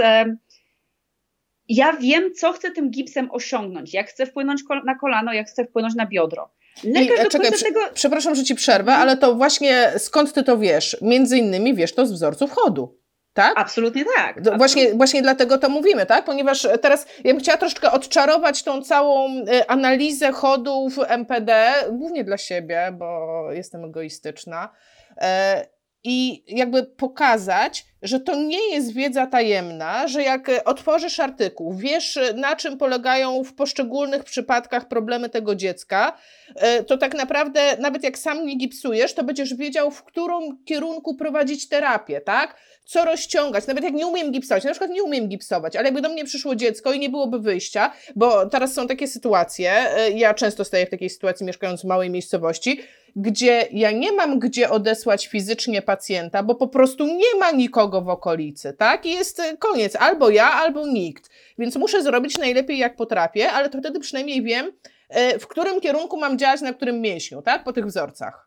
ja wiem, co chcę tym gipsem osiągnąć, jak chcę wpłynąć na kolano, jak chcę wpłynąć na biodro. Lekarz do końca tego... Przepraszam, że ci przerwę, ale to właśnie skąd ty to wiesz? Między innymi wiesz to z wzorców chodu. Tak? Absolutnie tak. Właśnie dlatego to mówimy, tak? Ponieważ teraz ja bym chciała troszeczkę odczarować tą całą analizę chodów MPD, głównie dla siebie, bo jestem egoistyczna, i jakby pokazać, że to nie jest wiedza tajemna, że jak otworzysz artykuł, wiesz, na czym polegają w poszczególnych przypadkach problemy tego dziecka, to tak naprawdę nawet jak sam nie gipsujesz, to będziesz wiedział, w którym kierunku prowadzić terapię, tak? Co rozciągać. Nawet jak nie umiem gipsować, na przykład nie umiem gipsować, ale jakby do mnie przyszło dziecko i nie byłoby wyjścia, bo teraz są takie sytuacje, ja często staję w takiej sytuacji mieszkając w małej miejscowości, gdzie ja nie mam gdzie odesłać fizycznie pacjenta, bo po prostu nie ma nikogo w okolicy, tak? I jest koniec, albo ja, albo nikt. Więc muszę zrobić najlepiej jak potrafię, ale to wtedy przynajmniej wiem, w którym kierunku mam działać, na którym mięśniu, tak? Po tych wzorcach.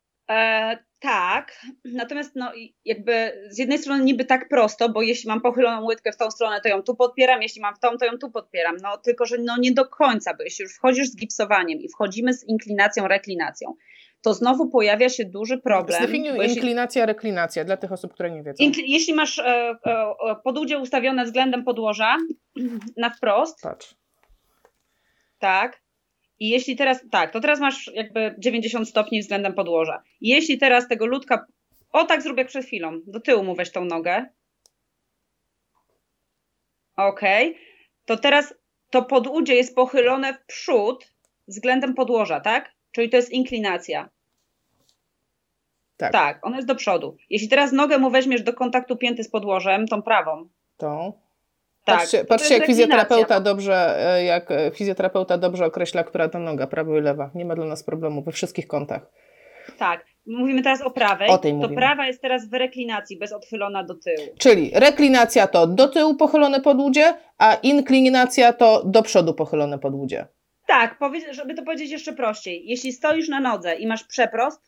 Tak, natomiast no, jakby z jednej strony niby tak prosto, bo jeśli mam pochyloną łydkę w tą stronę, to ją tu podpieram, jeśli mam w tą, to ją tu podpieram, no tylko, że no nie do końca, bo jeśli już wchodzisz z gipsowaniem i wchodzimy z inklinacją, reklinacją, to znowu pojawia się duży problem. Zdefiniuj inklinacja, reklinacja dla tych osób, które nie wiedzą. Jeśli masz podudzie ustawione względem podłoża na wprost, patrz. Tak. I jeśli teraz, tak, to teraz masz jakby 90 stopni względem podłoża. I jeśli teraz tego ludka, tak zrób jak przed chwilą, do tyłu mu weź tą nogę. Okej. To teraz to podudzie jest pochylone w przód względem podłoża, tak? Czyli to jest inklinacja. Tak, ono jest do przodu. Jeśli teraz nogę mu weźmiesz do kontaktu pięty z podłożem, tą prawą. Tą. Tak, patrzcie jak fizjoterapeuta dobrze określa, która to noga, prawa i lewa. Nie ma dla nas problemu we wszystkich kątach. Tak, mówimy teraz o prawej. O tej mówimy. To prawa jest teraz w reklinacji, bez odchylona do tyłu. Czyli reklinacja to do tyłu pochylone podłudzie, a inklinacja to do przodu pochylone podłudzie. Tak, żeby to powiedzieć jeszcze prościej. Jeśli stoisz na nodze i masz przeprost,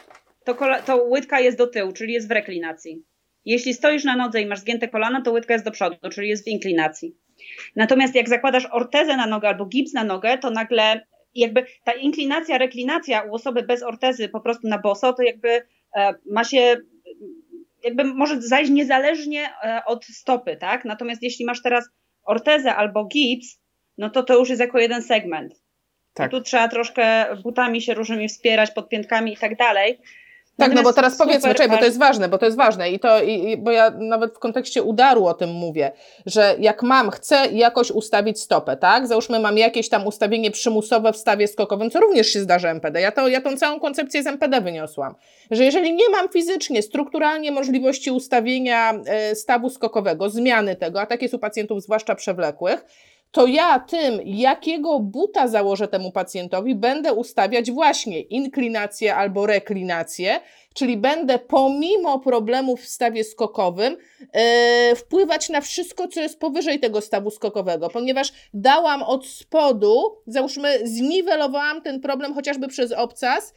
to łydka jest do tyłu, czyli jest w reklinacji. Jeśli stoisz na nodze i masz zgięte kolana, to łydka jest do przodu, czyli jest w inklinacji. Natomiast jak zakładasz ortezę na nogę albo gips na nogę, to nagle jakby ta inklinacja, reklinacja u osoby bez ortezy po prostu na boso, to jakby ma się, jakby może zajść niezależnie od stopy, tak? Natomiast jeśli masz teraz ortezę albo gips, no to już jest jako jeden segment. Tak. Tu trzeba troszkę butami się różnymi wspierać, podpiętkami i tak dalej. Tak, no bo teraz powiedzmy, bo to jest ważne bo ja nawet w kontekście udaru o tym mówię, że jak chcę jakoś ustawić stopę, tak? Załóżmy mam jakieś tam ustawienie przymusowe w stawie skokowym, co również się zdarza MPD. Ja tą całą koncepcję z MPD wyniosłam, że jeżeli nie mam fizycznie, strukturalnie możliwości ustawienia stawu skokowego, zmiany tego, a tak jest u pacjentów zwłaszcza przewlekłych, to ja tym, jakiego buta założę temu pacjentowi, będę ustawiać właśnie inklinację albo reklinację, czyli będę pomimo problemów w stawie skokowym wpływać na wszystko, co jest powyżej tego stawu skokowego, ponieważ dałam od spodu, załóżmy zniwelowałam ten problem chociażby przez obcas,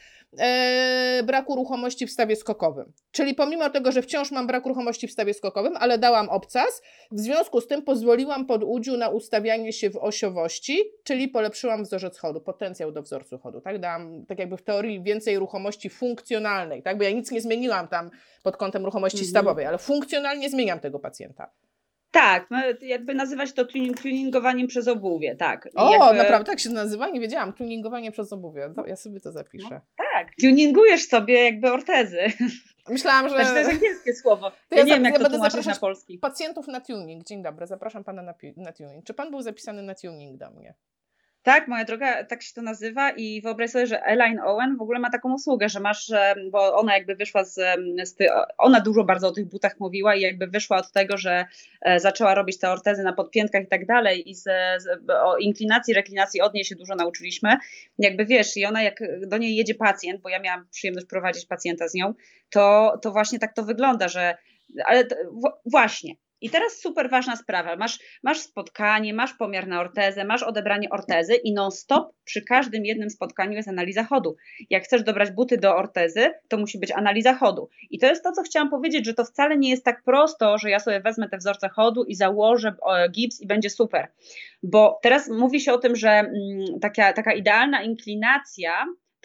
braku ruchomości w stawie skokowym. Czyli pomimo tego, że wciąż mam brak ruchomości w stawie skokowym, ale dałam obcas, w związku z tym pozwoliłam podudziu na ustawianie się w osiowości, czyli polepszyłam wzorzec chodu, potencjał do wzorcu chodu. Tak? Dałam tak jakby w teorii więcej ruchomości funkcjonalnej, tak? Bo ja nic nie zmieniłam tam pod kątem ruchomości stawowej, ale funkcjonalnie zmieniam tego pacjenta. Tak, jakby nazywać to tuningowaniem przez obuwie, tak. Naprawdę tak się nazywa? Nie wiedziałam, tuningowanie przez obuwie. Ja sobie to zapiszę. No, tak, tuningujesz sobie jakby ortezy. Myślałam, że... Znaczy, to jest angielskie słowo. Ja nie wiem, jak to tłumaczyć na polski. Pacjentów na tuning. Dzień dobry, zapraszam pana na tuning. Czy pan był zapisany na tuning do mnie? Tak, moja droga, tak się to nazywa i wyobraź sobie, że Elaine Owen w ogóle ma taką usługę, że masz, bo ona jakby wyszła ona dużo bardzo o tych butach mówiła i jakby wyszła od tego, że zaczęła robić te ortezy na podpiętkach i tak dalej i o inklinacji, reklinacji od niej się dużo nauczyliśmy. Jakby wiesz, i ona jak do niej jedzie pacjent, bo ja miałam przyjemność prowadzić pacjenta z nią, to właśnie tak to wygląda, że, ale właśnie. I teraz super ważna sprawa, masz spotkanie, masz pomiar na ortezę, masz odebranie ortezy i non-stop przy każdym jednym spotkaniu jest analiza chodu. Jak chcesz dobrać buty do ortezy, to musi być analiza chodu. I to jest to, co chciałam powiedzieć, że to wcale nie jest tak prosto, że ja sobie wezmę te wzorce chodu i założę gips i będzie super. Bo teraz mówi się o tym, że taka idealna inklinacja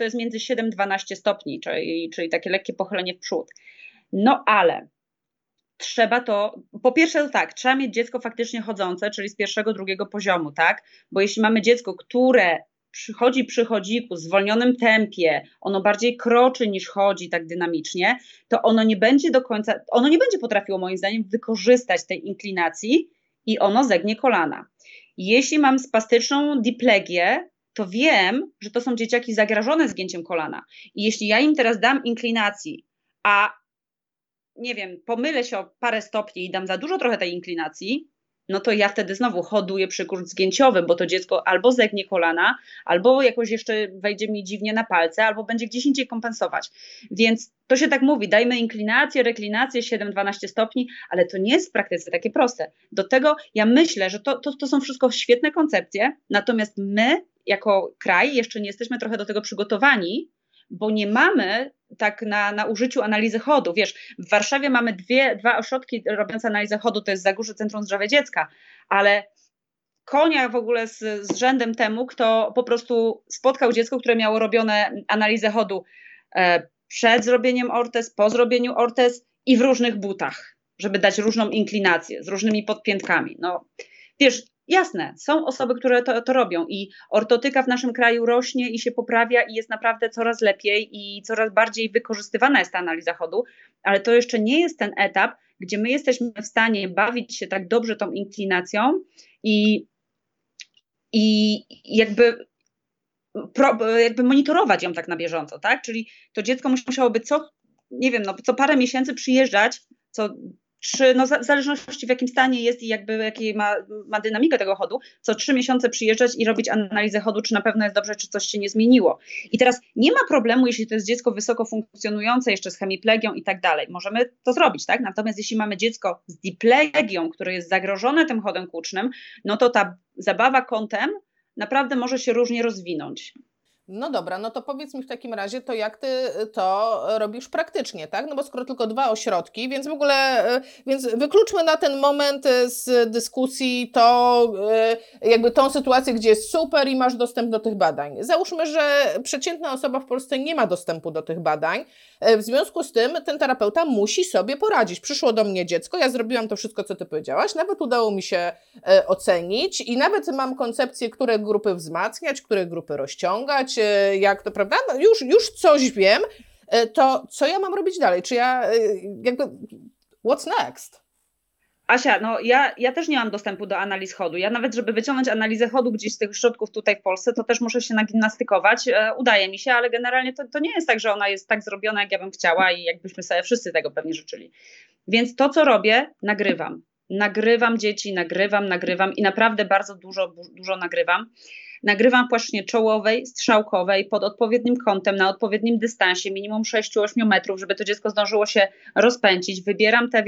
to jest między 7-12 stopni, czyli takie lekkie pochylenie w przód. No ale trzeba to, po pierwsze to tak, trzeba mieć dziecko faktycznie chodzące, czyli z pierwszego, drugiego poziomu, tak? Bo jeśli mamy dziecko, które przychodzi przy chodziku w zwolnionym tempie, ono bardziej kroczy niż chodzi tak dynamicznie, to ono nie będzie do końca, ono nie będzie potrafiło moim zdaniem wykorzystać tej inklinacji i ono zegnie kolana. Jeśli mam spastyczną diplegię, to wiem, że to są dzieciaki zagrożone zgięciem kolana. I jeśli ja im teraz dam inklinacji, a nie wiem, pomylę się o parę stopni i dam za dużo trochę tej inklinacji, no to ja wtedy znowu hoduję przykurs zgięciowy, bo to dziecko albo zegnie kolana, albo jakoś jeszcze wejdzie mi dziwnie na palce, albo będzie gdzieś indziej kompensować. Więc to się tak mówi, dajmy inklinację, reklinację 7-12 stopni, ale to nie jest w praktyce takie proste. Do tego ja myślę, że to są wszystko świetne koncepcje, natomiast my jako kraj jeszcze nie jesteśmy trochę do tego przygotowani, bo nie mamy tak na użyciu analizy chodu. Wiesz, w Warszawie mamy dwa ośrodki robiące analizę chodu, to jest Zagórze Centrum Zdrowia Dziecka, ale konia w ogóle z rzędem temu, kto po prostu spotkał dziecko, które miało robione analizę chodu przed zrobieniem ortez, po zrobieniu ortez i w różnych butach, żeby dać różną inklinację, z różnymi podpiętkami. No, wiesz, jasne, są osoby, które to robią i ortotyka w naszym kraju rośnie i się poprawia i jest naprawdę coraz lepiej i coraz bardziej wykorzystywana jest ta analiza chodu, ale to jeszcze nie jest ten etap, gdzie my jesteśmy w stanie bawić się tak dobrze tą inklinacją i jakby monitorować ją tak na bieżąco, tak? Czyli to dziecko musiałoby co parę miesięcy przyjeżdżać, w zależności w jakim stanie jest i jakiej ma dynamikę tego chodu, co 3 miesiące przyjeżdżać i robić analizę chodu, czy na pewno jest dobrze, czy coś się nie zmieniło. I teraz nie ma problemu, jeśli to jest dziecko wysoko funkcjonujące, jeszcze z hemiplegią i tak dalej. Możemy to zrobić, tak? Natomiast jeśli mamy dziecko z diplegią, które jest zagrożone tym chodem kłucznym, no to ta zabawa kątem naprawdę może się różnie rozwinąć. No dobra, no to powiedz mi w takim razie, to jak ty to robisz praktycznie, tak? No bo skoro tylko 2 ośrodki, więc w ogóle, więc wykluczmy na ten moment z dyskusji to jakby tą sytuację, gdzie jest super i masz dostęp do tych badań. Załóżmy, że przeciętna osoba w Polsce nie ma dostępu do tych badań, w związku z tym ten terapeuta musi sobie poradzić. Przyszło do mnie dziecko, ja zrobiłam to wszystko, co ty powiedziałaś, nawet udało mi się ocenić i nawet mam koncepcję, które grupy wzmacniać, które grupy rozciągać, jak to, prawda? No już coś wiem, to co ja mam robić dalej? Czy ja what's next? Asia, no ja też nie mam dostępu do analiz chodu. Ja nawet, żeby wyciągnąć analizę chodu gdzieś z tych środków tutaj w Polsce, to też muszę się nagimnastykować. Udaje mi się, ale generalnie to nie jest tak, że ona jest tak zrobiona, jak ja bym chciała i jakbyśmy sobie wszyscy tego pewnie życzyli. Więc to, co robię, nagrywam. Nagrywam dzieci, nagrywam i naprawdę bardzo dużo nagrywam. Nagrywam w płaszczyźnie czołowej, strzałkowej, pod odpowiednim kątem, na odpowiednim dystansie, minimum 6-8 metrów, żeby to dziecko zdążyło się rozpędzić. Wybieram te,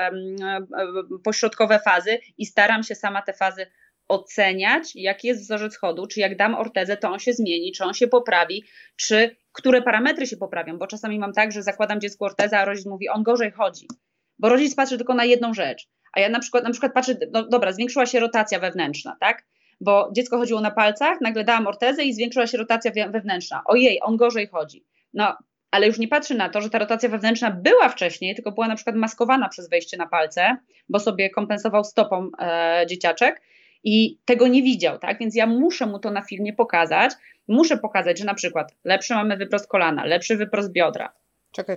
pośrodkowe fazy i staram się sama te fazy oceniać, jaki jest wzorzec chodu, czy jak dam ortezę, to on się zmieni, czy on się poprawi, czy które parametry się poprawią, bo czasami mam tak, że zakładam dziecku ortezę, a rodzic mówi, on gorzej chodzi, bo rodzic patrzy tylko na jedną rzecz, a ja na przykład patrzę, no dobra, zwiększyła się rotacja wewnętrzna, tak? Bo dziecko chodziło na palcach, nagle dałam ortezę i zwiększyła się rotacja wewnętrzna. Ojej, on gorzej chodzi. No, ale już nie patrzy na to, że ta rotacja wewnętrzna była wcześniej, tylko była na przykład maskowana przez wejście na palce, bo sobie kompensował stopą dzieciaczek i tego nie widział, tak? Więc ja muszę mu to na filmie pokazać. Muszę pokazać, że na przykład lepszy mamy wyprost kolana, lepszy wyprost biodra. Czekaj.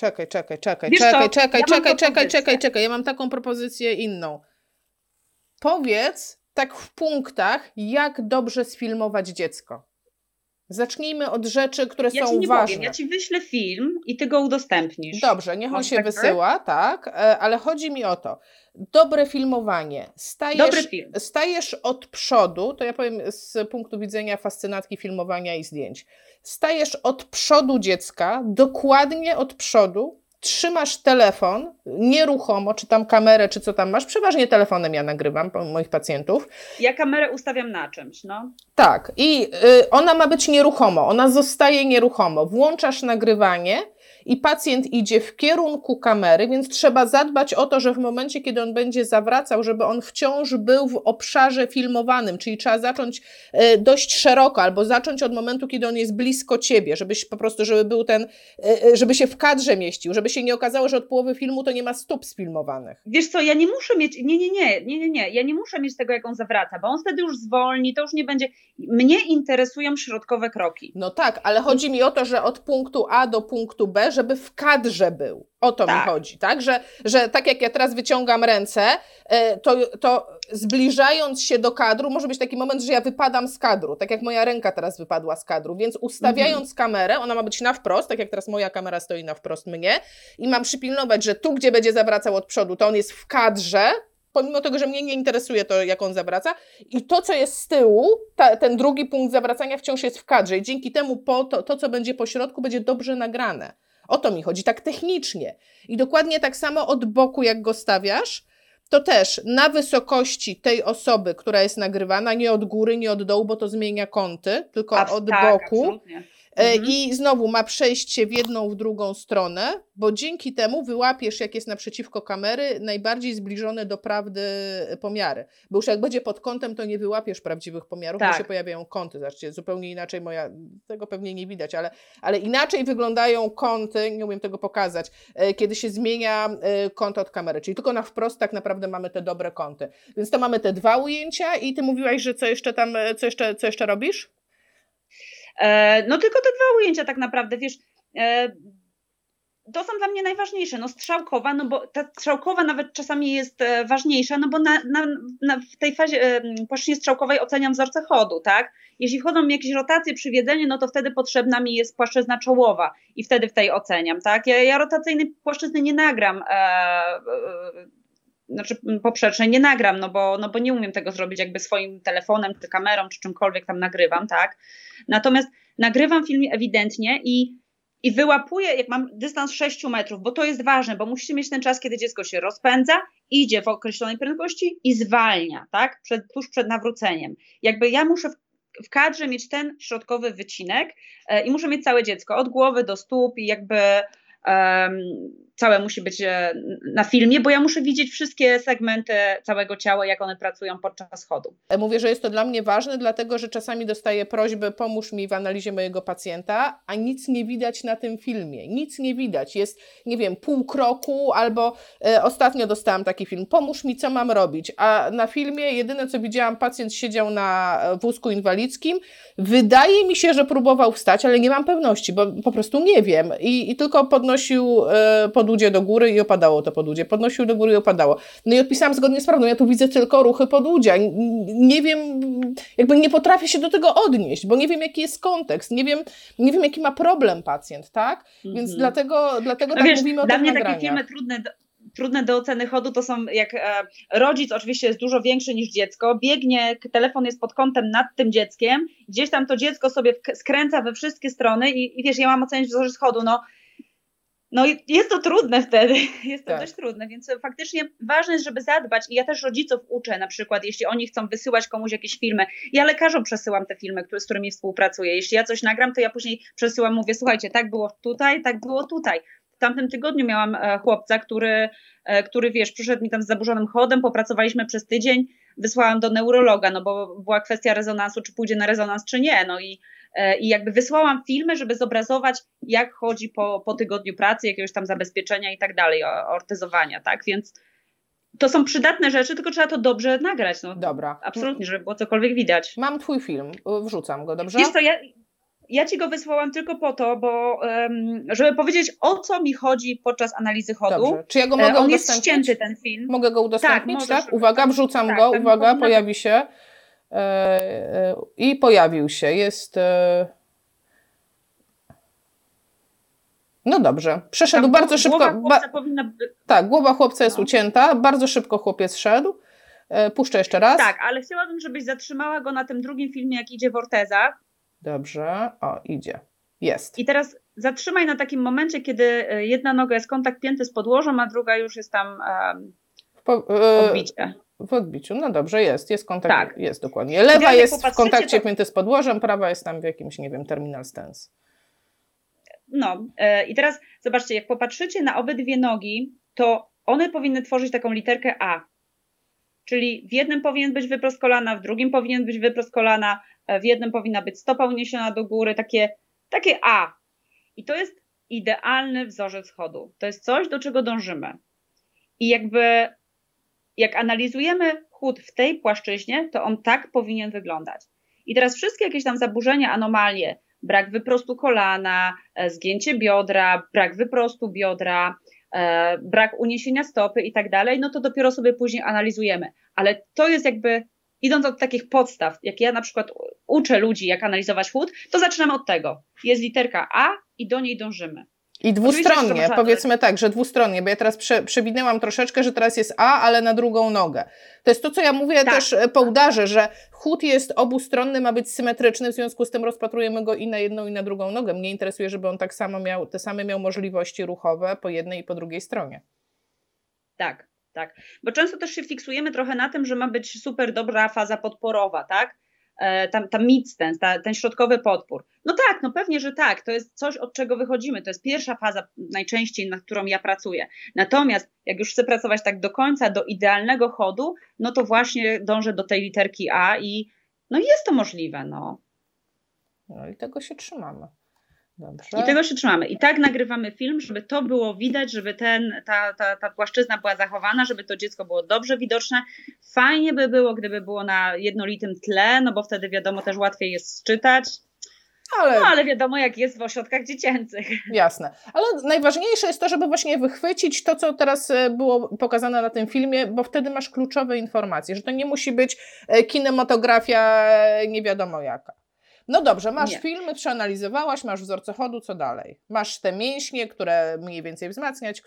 Ja mam taką propozycję inną. Powiedz tak w punktach, jak dobrze sfilmować dziecko. Zacznijmy od rzeczy, które są ważne. Powiem, ja ci wyślę film i ty go udostępnisz. Dobrze, niech on się wysyła, tak, ale chodzi mi o to. Dobre filmowanie. Stajesz od przodu, to ja powiem z punktu widzenia fascynatki filmowania i zdjęć. Stajesz od przodu dziecka, dokładnie od przodu, trzymasz telefon nieruchomo, czy tam kamerę, czy co tam masz. Przeważnie telefonem ja nagrywam moich pacjentów. Ja kamerę ustawiam na czymś, no. Tak, i ona ma być nieruchomo, ona zostaje nieruchomo. Włączasz nagrywanie i pacjent idzie w kierunku kamery, więc trzeba zadbać o to, że w momencie, kiedy on będzie zawracał, żeby on wciąż był w obszarze filmowanym, czyli trzeba zacząć dość szeroko, albo zacząć od momentu, kiedy on jest blisko ciebie, żebyś po prostu, żeby był żeby się w kadrze mieścił, żeby się nie okazało, że od połowy filmu to nie ma stóp sfilmowanych. Wiesz co, ja nie muszę mieć, nie, ja nie muszę mieć tego, jak on zawraca, bo on wtedy już zwolni, to już nie będzie, mnie interesują środkowe kroki. No tak, ale chodzi mi o to, że od punktu A do punktu B, żeby w kadrze był. O to mi chodzi, tak? Że tak jak ja teraz wyciągam ręce, to zbliżając się do kadru, może być taki moment, że ja wypadam z kadru, tak jak moja ręka teraz wypadła z kadru, więc ustawiając kamerę, ona ma być na wprost, tak jak teraz moja kamera stoi na wprost mnie i mam przypilnować, że tu, gdzie będzie zawracał od przodu, to on jest w kadrze, pomimo tego, że mnie nie interesuje to, jak on zawraca. I to, co jest z tyłu, ten drugi punkt zawracania wciąż jest w kadrze i dzięki temu to, co będzie po środku, będzie dobrze nagrane. O to mi chodzi, tak technicznie. I dokładnie tak samo od boku, jak go stawiasz, to też na wysokości tej osoby, która jest nagrywana, nie od góry, nie od dołu, bo to zmienia kąty, tylko od boku. Absolutnie. I znowu ma przejście w jedną, w drugą stronę, bo dzięki temu wyłapiesz, jak jest naprzeciwko kamery, najbardziej zbliżone do prawdy pomiary. Bo już jak będzie pod kątem, to nie wyłapiesz prawdziwych pomiarów, bo się pojawiają kąty. Zobaczcie, zupełnie inaczej tego pewnie nie widać, ale inaczej wyglądają kąty, nie umiem tego pokazać, kiedy się zmienia kąt od kamery. Czyli tylko na wprost tak naprawdę mamy te dobre kąty. Więc to mamy te dwa ujęcia i ty mówiłaś, że co jeszcze robisz? No tylko te dwa ujęcia tak naprawdę, wiesz, to są dla mnie najważniejsze, no strzałkowa, no bo ta strzałkowa nawet czasami jest ważniejsza, no bo w tej fazie płaszczyźnie strzałkowej oceniam wzorce chodu, tak? Jeśli wchodzą mi jakieś rotacje przy wiedzeniu, no to wtedy potrzebna mi jest płaszczyzna czołowa i wtedy w tej oceniam, tak? Ja rotacyjnej płaszczyzny nie nagram, znaczy poprzecznej nie nagram, no bo nie umiem tego zrobić jakby swoim telefonem, czy kamerą, czy czymkolwiek tam nagrywam, tak? Natomiast nagrywam film ewidentnie i wyłapuję, jak mam dystans 6 metrów, bo to jest ważne, bo musicie mieć ten czas, kiedy dziecko się rozpędza, idzie w określonej prędkości i zwalnia, tak? Tuż przed nawróceniem. Jakby ja muszę w kadrze mieć ten środkowy wycinek i muszę mieć całe dziecko, od głowy do stóp i jakby całe musi być na filmie, bo ja muszę widzieć wszystkie segmenty całego ciała, jak one pracują podczas chodu. Mówię, że jest to dla mnie ważne, dlatego że czasami dostaję prośbę, pomóż mi w analizie mojego pacjenta, a nic nie widać na tym filmie. Nic nie widać. Jest, nie wiem, pół kroku, albo ostatnio dostałam taki film, pomóż mi, co mam robić. A na filmie jedyne, co widziałam, pacjent siedział na wózku inwalidzkim. Wydaje mi się, że próbował wstać, ale nie mam pewności, bo po prostu nie wiem. I tylko podnosił podłudzie do góry i opadało to podłudzie. Podnosił do góry i opadało. No i odpisałam zgodnie z prawdą. Ja tu widzę tylko ruchy podłudzia. Nie wiem, jakby nie potrafię się do tego odnieść, bo nie wiem, jaki jest kontekst. Nie wiem, jaki ma problem pacjent, tak? Więc dlatego no tak wiesz, mówimy o dla tych mnie nagraniach. takie filmy trudne do oceny chodu to są jak rodzic oczywiście jest dużo większy niż dziecko, biegnie, telefon jest pod kątem nad tym dzieckiem, gdzieś tam to dziecko sobie skręca we wszystkie strony i wiesz, ja mam ocenić wzorzec chodu, no jest to trudne wtedy, jest to dość trudne, więc faktycznie ważne jest, żeby zadbać i ja też rodziców uczę na przykład, jeśli oni chcą wysyłać komuś jakieś filmy, ja lekarzom przesyłam te filmy, z którymi współpracuję, jeśli ja coś nagram, to ja później przesyłam, mówię, słuchajcie, tak było tutaj, tak było tutaj. W tamtym tygodniu miałam chłopca, który wiesz, przyszedł mi tam z zaburzonym chodem, popracowaliśmy przez tydzień, wysłałam do neurologa, no bo była kwestia rezonansu, czy pójdzie na rezonans, czy nie, no i jakby wysłałam filmy, żeby zobrazować, jak chodzi po tygodniu pracy, jakiegoś tam zabezpieczenia i tak dalej, ortyzowania, tak, więc to są przydatne rzeczy, tylko trzeba to dobrze nagrać, no. Dobra. Absolutnie, żeby było cokolwiek widać. Mam twój film, wrzucam go, dobrze? Wiesz co, ja ci go wysłałam tylko po to, bo żeby powiedzieć, o co mi chodzi podczas analizy chodu. Dobrze. Czy ja go mogę On udostępnić? jest ścięty, ten film. Mogę go udostępnić, tak? Możesz, Uwaga, wrzucam go, uwaga, pojawi się. I pojawił się. Jest... No dobrze. Przeszedł tam bardzo szybko. Głowa chłopca powinna... Tak, głowa chłopca jest ucięta. Bardzo szybko chłopiec szedł. Puszczę jeszcze raz. Tak, ale chciałabym, żebyś zatrzymała go na tym drugim filmie, jak idzie w ortezach. Dobrze. O, idzie. Jest. I teraz zatrzymaj na takim momencie, kiedy jedna noga jest kontakt pięty z podłożem, a druga już jest tam odbicie. W odbiciu. No dobrze, jest kontakt. Tak. Jest dokładnie. Lewa teraz jest w kontakcie pięty z podłożem, prawa jest tam w jakimś, nie wiem, terminal stance. I teraz zobaczcie, jak popatrzycie na obydwie nogi, to one powinny tworzyć taką literkę A. Czyli w jednym powinien być wyprost kolana, w drugim powinien być wyprost kolana, w jednym powinna być stopa uniesiona do góry, takie A. I to jest idealny wzorzec chodu. To jest coś, do czego dążymy. I jak analizujemy chód w tej płaszczyźnie, to on tak powinien wyglądać. I teraz wszystkie jakieś tam zaburzenia, anomalie, brak wyprostu kolana, zgięcie biodra, brak wyprostu biodra, brak uniesienia stopy i tak dalej, no to dopiero sobie później analizujemy. Ale to jest idąc od takich podstaw, jak ja na przykład uczę ludzi, jak analizować chód, to zaczynamy od tego. Jest literka A i do niej dążymy. I dwustronnie, powiedzmy tak, że dwustronnie, bo ja teraz przewinęłam troszeczkę, że teraz jest A, ale na drugą nogę. To jest to, co ja mówię też po udarze, że chód jest obustronny, ma być symetryczny, w związku z tym rozpatrujemy go i na jedną, i na drugą nogę. Mnie interesuje, żeby on tak samo te same miał możliwości ruchowe po jednej i po drugiej stronie. Tak. Bo często też się fiksujemy trochę na tym, że ma być super dobra faza podporowa, tak? Ta midstance, ten środkowy podpór. No tak, no pewnie, że tak. To jest coś, od czego wychodzimy. To jest pierwsza faza najczęściej, nad którą ja pracuję. Natomiast jak już chcę pracować tak do końca, do idealnego chodu, no to właśnie dążę do tej literki A i no jest to możliwe, no. No i tego się trzymamy. Dobrze. I tego się trzymamy. I tak nagrywamy film, żeby to było widać, żeby ta płaszczyzna była zachowana, żeby to dziecko było dobrze widoczne. Fajnie by było, gdyby było na jednolitym tle, no bo wtedy wiadomo też łatwiej jest czytać. Ale wiadomo jak jest w ośrodkach dziecięcych. Jasne. Ale najważniejsze jest to, żeby właśnie wychwycić to, co teraz było pokazane na tym filmie, bo wtedy masz kluczowe informacje, że to nie musi być kinematografia nie wiadomo jaka. No dobrze, masz film, przeanalizowałaś, masz wzorce chodu, co dalej? Masz te mięśnie, które mniej więcej wzmacniać,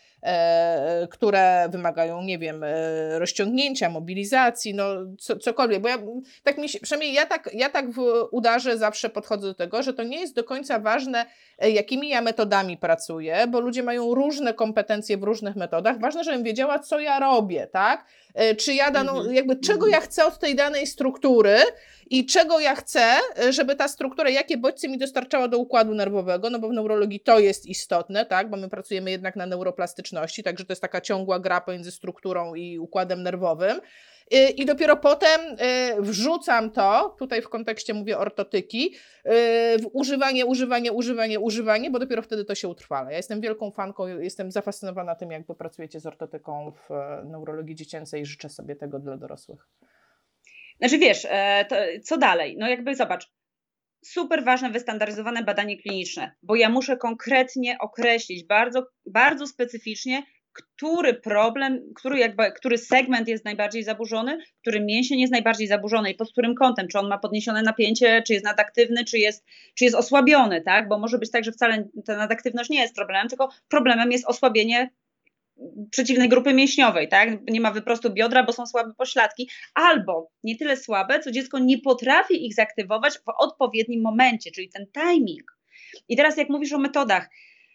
które wymagają, nie wiem, rozciągnięcia, mobilizacji, no cokolwiek. Bo przynajmniej ja tak w udarze zawsze podchodzę do tego, że to nie jest do końca ważne, jakimi ja metodami pracuję, bo ludzie mają różne kompetencje w różnych metodach. Ważne, żebym wiedziała, co ja robię, tak? Czy ja czego ja chcę od tej danej struktury i czego ja chcę, żeby ta struktura, jakie bodźce mi dostarczała do układu nerwowego, no bo w neurologii to jest istotne, tak, bo my pracujemy jednak na neuroplastyczności, także to jest taka ciągła gra pomiędzy strukturą i układem nerwowym. I dopiero potem wrzucam to, tutaj w kontekście mówię ortotyki, w używanie, bo dopiero wtedy to się utrwala. Ja jestem wielką fanką, jestem zafascynowana tym, jak wy pracujecie z ortotyką w neurologii dziecięcej i życzę sobie tego dla dorosłych. Znaczy wiesz, co dalej? No zobacz, super ważne wystandaryzowane badanie kliniczne, bo ja muszę konkretnie określić bardzo, bardzo specyficznie, który problem, który segment jest najbardziej zaburzony, który mięsień jest najbardziej zaburzony i pod którym kątem, czy on ma podniesione napięcie, czy jest nadaktywny, czy jest osłabiony, tak? Bo może być tak, że wcale ta nadaktywność nie jest problemem, tylko problemem jest osłabienie przeciwnej grupy mięśniowej, tak? Nie ma wyprostu biodra, bo są słabe pośladki, albo nie tyle słabe, co dziecko nie potrafi ich zaktywować w odpowiednim momencie, czyli ten timing. I teraz jak mówisz o metodach,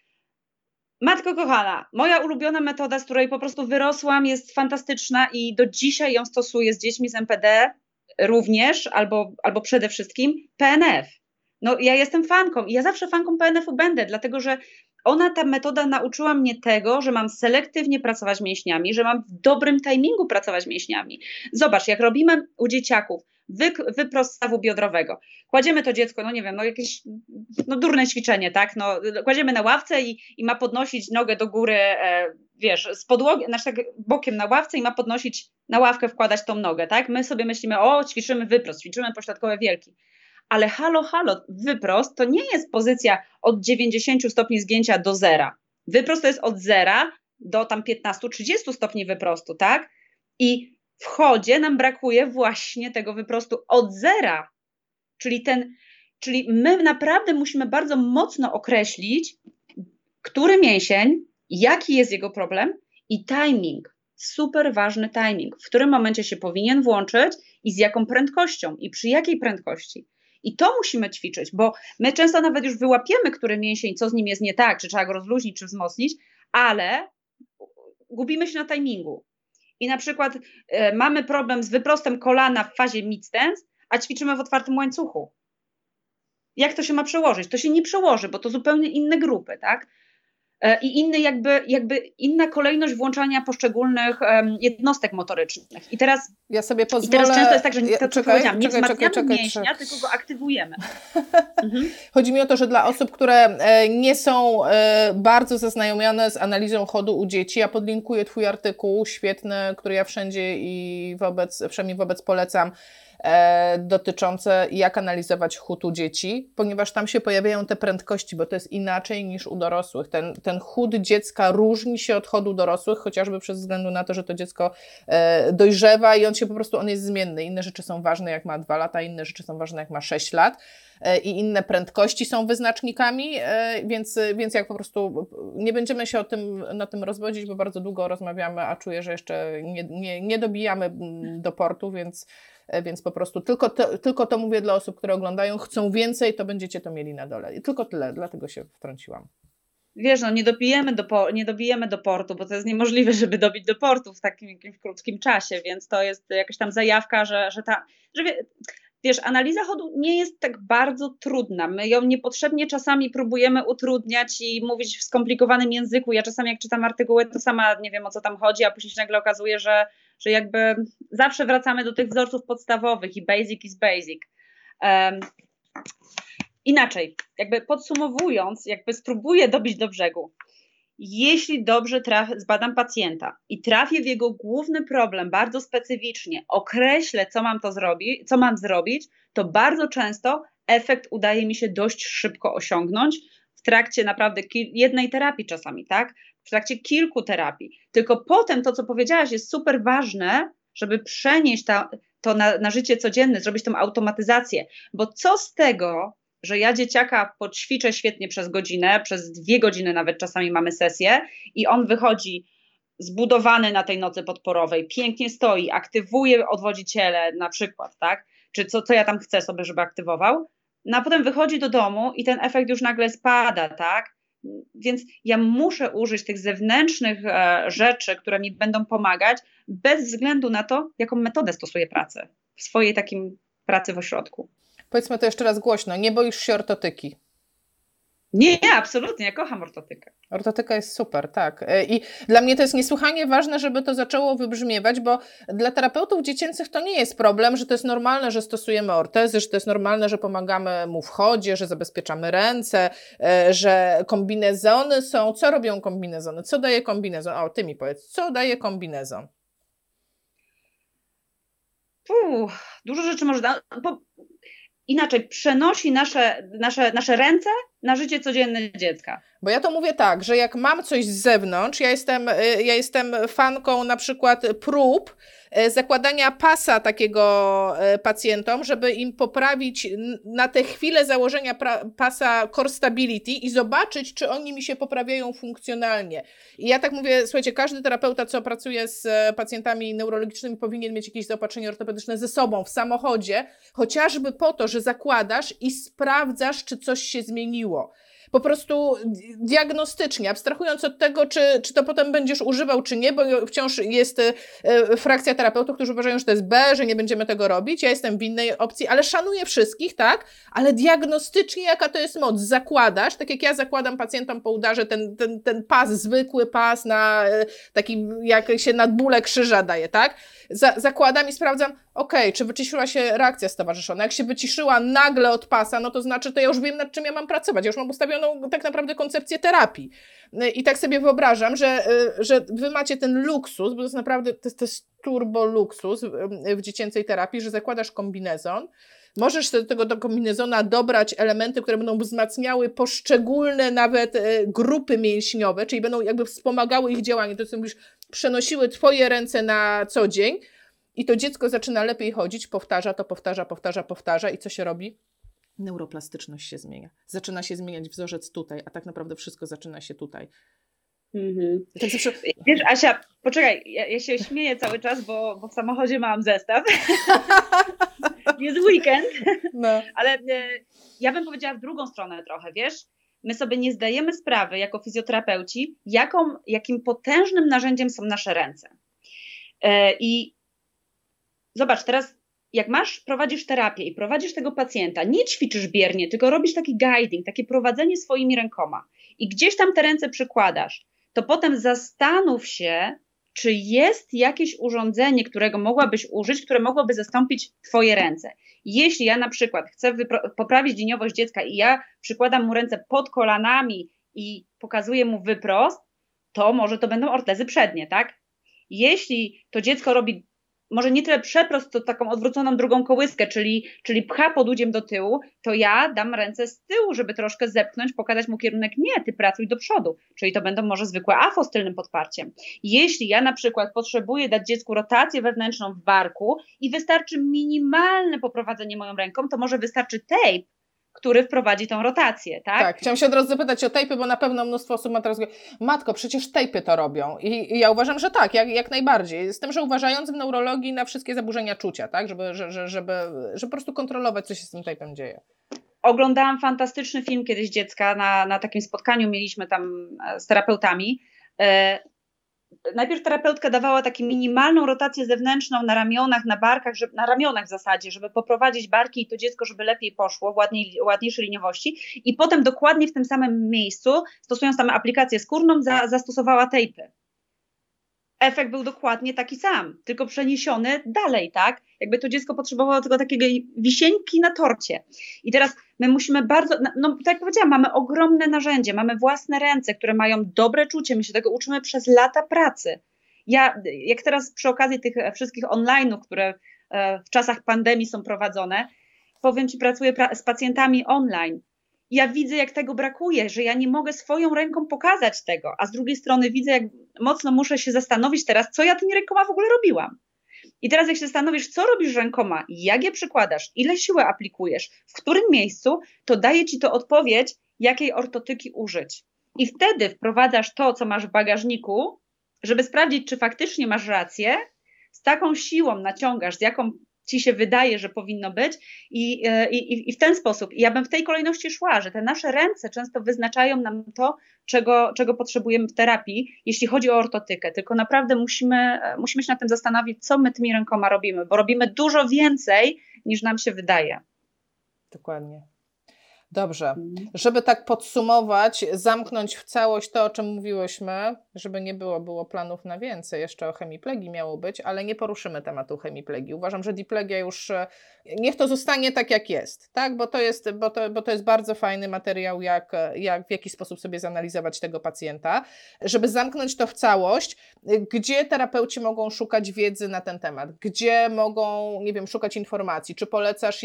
matko kochana, moja ulubiona metoda, z której po prostu wyrosłam, jest fantastyczna i do dzisiaj ją stosuję z dziećmi z NPD również, albo przede wszystkim PNF. No ja jestem fanką i ja zawsze fanką PNF-u będę, dlatego że ta metoda nauczyła mnie tego, że mam selektywnie pracować mięśniami, że mam w dobrym timingu pracować mięśniami. Zobacz, jak robimy u dzieciaków wyprost stawu biodrowego. Kładziemy to dziecko, no nie wiem, jakieś durne ćwiczenie, tak? Kładziemy na ławce i ma podnosić nogę do góry, z podłogi, tak bokiem na ławce i ma podnosić na ławkę, wkładać tą nogę, tak? My sobie myślimy, ćwiczymy wyprost, ćwiczymy pośladkowe wielki. Ale halo, wyprost to nie jest pozycja od 90 stopni zgięcia do zera. Wyprost to jest od zera do tam 15-30 stopni wyprostu, tak? I w chodzie nam brakuje właśnie tego wyprostu od zera. Czyli my naprawdę musimy bardzo mocno określić, który mięsień, jaki jest jego problem i timing. Super ważny timing, w którym momencie się powinien włączyć i z jaką prędkością i przy jakiej prędkości. I to musimy ćwiczyć, bo my często nawet już wyłapiemy, który mięsień, co z nim jest nie tak, czy trzeba go rozluźnić, czy wzmocnić, ale gubimy się na timingu. I na przykład mamy problem z wyprostem kolana w fazie midstance, a ćwiczymy w otwartym łańcuchu. Jak to się ma przełożyć? To się nie przełoży, bo to zupełnie inne grupy, tak? I inny jakby inna kolejność włączania poszczególnych jednostek motorycznych. I teraz często jest tak, że co powiedziałam, nie wzmacniamy mięśnia, tylko go aktywujemy. Chodzi mi o to, że dla osób, które nie są bardzo zaznajomione z analizą chodu u dzieci, ja podlinkuję Twój artykuł świetny, który ja wszędzie i przynajmniej wobec polecam, dotyczące jak analizować chód u dzieci, ponieważ tam się pojawiają te prędkości, bo to jest inaczej niż u dorosłych. Ten chód dziecka różni się od chodu dorosłych, chociażby przez względu na to, że to dziecko dojrzewa i on jest zmienny. Inne rzeczy są ważne jak ma 2 lata, inne rzeczy są ważne jak ma 6 lat i inne prędkości są wyznacznikami, więc jak po prostu nie będziemy się na tym rozwodzić, bo bardzo długo rozmawiamy, a czuję, że jeszcze nie dobijamy do portu, więc po prostu tylko to mówię dla osób, które oglądają, chcą więcej, to będziecie to mieli na dole. I tylko tyle, dlatego się wtrąciłam. Wiesz, nie dobijemy do portu, bo to jest niemożliwe, żeby dobić do portu w takim jakimś krótkim czasie, więc to jest jakaś tam zajawka, że wiesz, analiza chodu nie jest tak bardzo trudna. My ją niepotrzebnie czasami próbujemy utrudniać i mówić w skomplikowanym języku. Ja czasami jak czytam artykuły, to sama nie wiem, o co tam chodzi, a później się nagle okazuje, że jakby zawsze wracamy do tych wzorców podstawowych i basic is basic. Inaczej, jakby podsumowując, jakby spróbuję dobić do brzegu. Jeśli dobrze zbadam pacjenta i trafię w jego główny problem bardzo specyficznie, określę, co mam zrobić, to bardzo często efekt udaje mi się dość szybko osiągnąć w trakcie naprawdę jednej terapii czasami, tak? W trakcie kilku terapii. Tylko potem to, co powiedziałaś, jest super ważne, żeby przenieść to na życie codzienne, zrobić tą automatyzację, bo co z tego, że ja dzieciaka poćwiczę świetnie przez godzinę, przez 2 godziny nawet czasami mamy sesję i on wychodzi zbudowany na tej nocy podporowej, pięknie stoi, aktywuje odwodziciele na przykład, tak? Czy co ja tam chcę sobie, żeby aktywował, no a potem wychodzi do domu i ten efekt już nagle spada, tak? Więc ja muszę użyć tych zewnętrznych rzeczy, które mi będą pomagać, bez względu na to, jaką metodę stosuję pracy, w swojej takim pracy w ośrodku. Powiedzmy to jeszcze raz głośno, nie boisz się ortotyki? Nie, absolutnie, ja kocham ortotykę. Ortotyka jest super, tak. I dla mnie to jest niesłychanie ważne, żeby to zaczęło wybrzmiewać, bo dla terapeutów dziecięcych to nie jest problem, że to jest normalne, że stosujemy ortezy, że to jest normalne, że pomagamy mu w chodzie, że zabezpieczamy ręce, że kombinezony są. Co robią kombinezony? Co daje kombinezon? O, ty mi powiedz, co daje kombinezon? Dużo rzeczy może dać. Inaczej, przenosi nasze ręce na życie codzienne dziecka. Bo ja to mówię tak, że jak mam coś z zewnątrz, ja jestem fanką na przykład prób zakładania pasa takiego pacjentom, żeby im poprawić na tę chwilę założenia pasa core stability i zobaczyć, czy oni mi się poprawiają funkcjonalnie. I ja tak mówię, słuchajcie, każdy terapeuta, co pracuje z pacjentami neurologicznymi, powinien mieć jakieś zaopatrzenie ortopedyczne ze sobą w samochodzie, chociażby po to, że zakładasz i sprawdzasz, czy coś się zmieniło. Po prostu diagnostycznie, abstrahując od tego, czy to potem będziesz używał, czy nie, bo wciąż jest frakcja terapeutów, którzy uważają, że to jest B, że nie będziemy tego robić. Ja jestem w innej opcji, ale szanuję wszystkich, tak? Ale diagnostycznie jaka to jest moc? Zakładasz, tak jak ja zakładam pacjentom po udarze ten pas, zwykły pas na taki, jak się nad bóle krzyża daje, tak? Zakładam i sprawdzam, czy wyciszyła się reakcja stowarzyszona. Jak się wyciszyła nagle od pasa, no to znaczy, to ja już wiem, nad czym ja mam pracować. Ja już mam ustawioną tak naprawdę koncepcję terapii. I tak sobie wyobrażam, że wy macie ten luksus, bo to jest naprawdę, to jest turbo luksus w dziecięcej terapii, że zakładasz kombinezon, możesz do tego kombinezona dobrać elementy, które będą wzmacniały poszczególne nawet grupy mięśniowe, czyli będą jakby wspomagały ich działanie. To, co mówisz, przenosiły twoje ręce na co dzień, i to dziecko zaczyna lepiej chodzić, powtarza i co się robi? Neuroplastyczność się zmienia. Zaczyna się zmieniać wzorzec tutaj, a tak naprawdę wszystko zaczyna się tutaj. Tak zawsze... Wiesz, Asia, poczekaj, ja się śmieję cały czas, bo w samochodzie mam zestaw. Jest weekend, no. Ale ja bym powiedziała w drugą stronę trochę, wiesz? My sobie nie zdajemy sprawy jako fizjoterapeuci, jakim potężnym narzędziem są nasze ręce. I zobacz, teraz jak prowadzisz terapię i prowadzisz tego pacjenta, nie ćwiczysz biernie, tylko robisz taki guiding, takie prowadzenie swoimi rękoma i gdzieś tam te ręce przykładasz, to potem zastanów się, czy jest jakieś urządzenie, którego mogłabyś użyć, które mogłoby zastąpić twoje ręce. Jeśli ja na przykład chcę poprawić liniowość dziecka i ja przykładam mu ręce pod kolanami i pokazuję mu wyprost, to może to będą ortezy przednie, tak? Jeśli to dziecko robi może nie tyle przeprost, to taką odwróconą drugą kołyskę, czyli pcha podłudziem do tyłu, to ja dam ręce z tyłu, żeby troszkę zepchnąć, pokazać mu kierunek. Nie, ty pracuj do przodu. Czyli to będą może zwykłe AFO z tylnym podparciem. Jeśli ja na przykład potrzebuję dać dziecku rotację wewnętrzną w barku i wystarczy minimalne poprowadzenie moją ręką, to może wystarczy tape, który wprowadzi tą rotację, tak? Tak, chciałam się od razu zapytać o tejpy, bo na pewno mnóstwo osób ma teraz matko, przecież tejpy to robią. I ja uważam, że tak, jak najbardziej. Z tym, że uważając w neurologii na wszystkie zaburzenia czucia, tak? Żeby po prostu kontrolować, co się z tym tejpem dzieje. Oglądałam fantastyczny film kiedyś dziecka, na takim spotkaniu mieliśmy tam z terapeutami. Najpierw terapeutka dawała taką minimalną rotację zewnętrzną na ramionach, na barkach, na ramionach w zasadzie, żeby poprowadzić barki i to dziecko, żeby lepiej poszło, w ładniejszej liniowości. I potem dokładnie w tym samym miejscu, stosując tam aplikację skórną, zastosowała tejpy. Efekt był dokładnie taki sam, tylko przeniesiony dalej, tak? Jakby to dziecko potrzebowało tylko takiej wisienki na torcie. I teraz my musimy bardzo, no tak jak powiedziałam, mamy ogromne narzędzie, mamy własne ręce, które mają dobre czucie, my się tego uczymy przez lata pracy. Jak teraz przy okazji tych wszystkich online'ów, które w czasach pandemii są prowadzone, powiem Ci, pracuję z pacjentami online. Ja widzę, jak tego brakuje, że ja nie mogę swoją ręką pokazać tego, a z drugiej strony widzę, jak mocno muszę się zastanowić teraz, co ja tymi rękoma w ogóle robiłam. I teraz jak się zastanowisz, co robisz rękoma, jak je przykładasz, ile siły aplikujesz, w którym miejscu, to daje Ci to odpowiedź, jakiej ortotyki użyć. I wtedy wprowadzasz to, co masz w bagażniku, żeby sprawdzić, czy faktycznie masz rację, z taką siłą naciągasz, z jaką Ci się wydaje, że powinno być i w ten sposób. I ja bym w tej kolejności szła, że te nasze ręce często wyznaczają nam to, czego potrzebujemy w terapii, jeśli chodzi o ortotykę. Tylko naprawdę musimy się nad tym zastanowić, co my tymi rękoma robimy, bo robimy dużo więcej, niż nam się wydaje. Dokładnie. Dobrze, żeby tak podsumować, zamknąć w całość to, o czym mówiłyśmy, żeby nie było planów na więcej, jeszcze o hemiplegii miało być, ale nie poruszymy tematu hemiplegii. Uważam, że diplegia już, niech to zostanie tak jak jest, tak? Bo to jest bardzo fajny materiał, w jaki sposób sobie zanalizować tego pacjenta, żeby zamknąć to w całość, gdzie terapeuci mogą szukać wiedzy na ten temat, gdzie mogą, nie wiem, szukać informacji, czy polecasz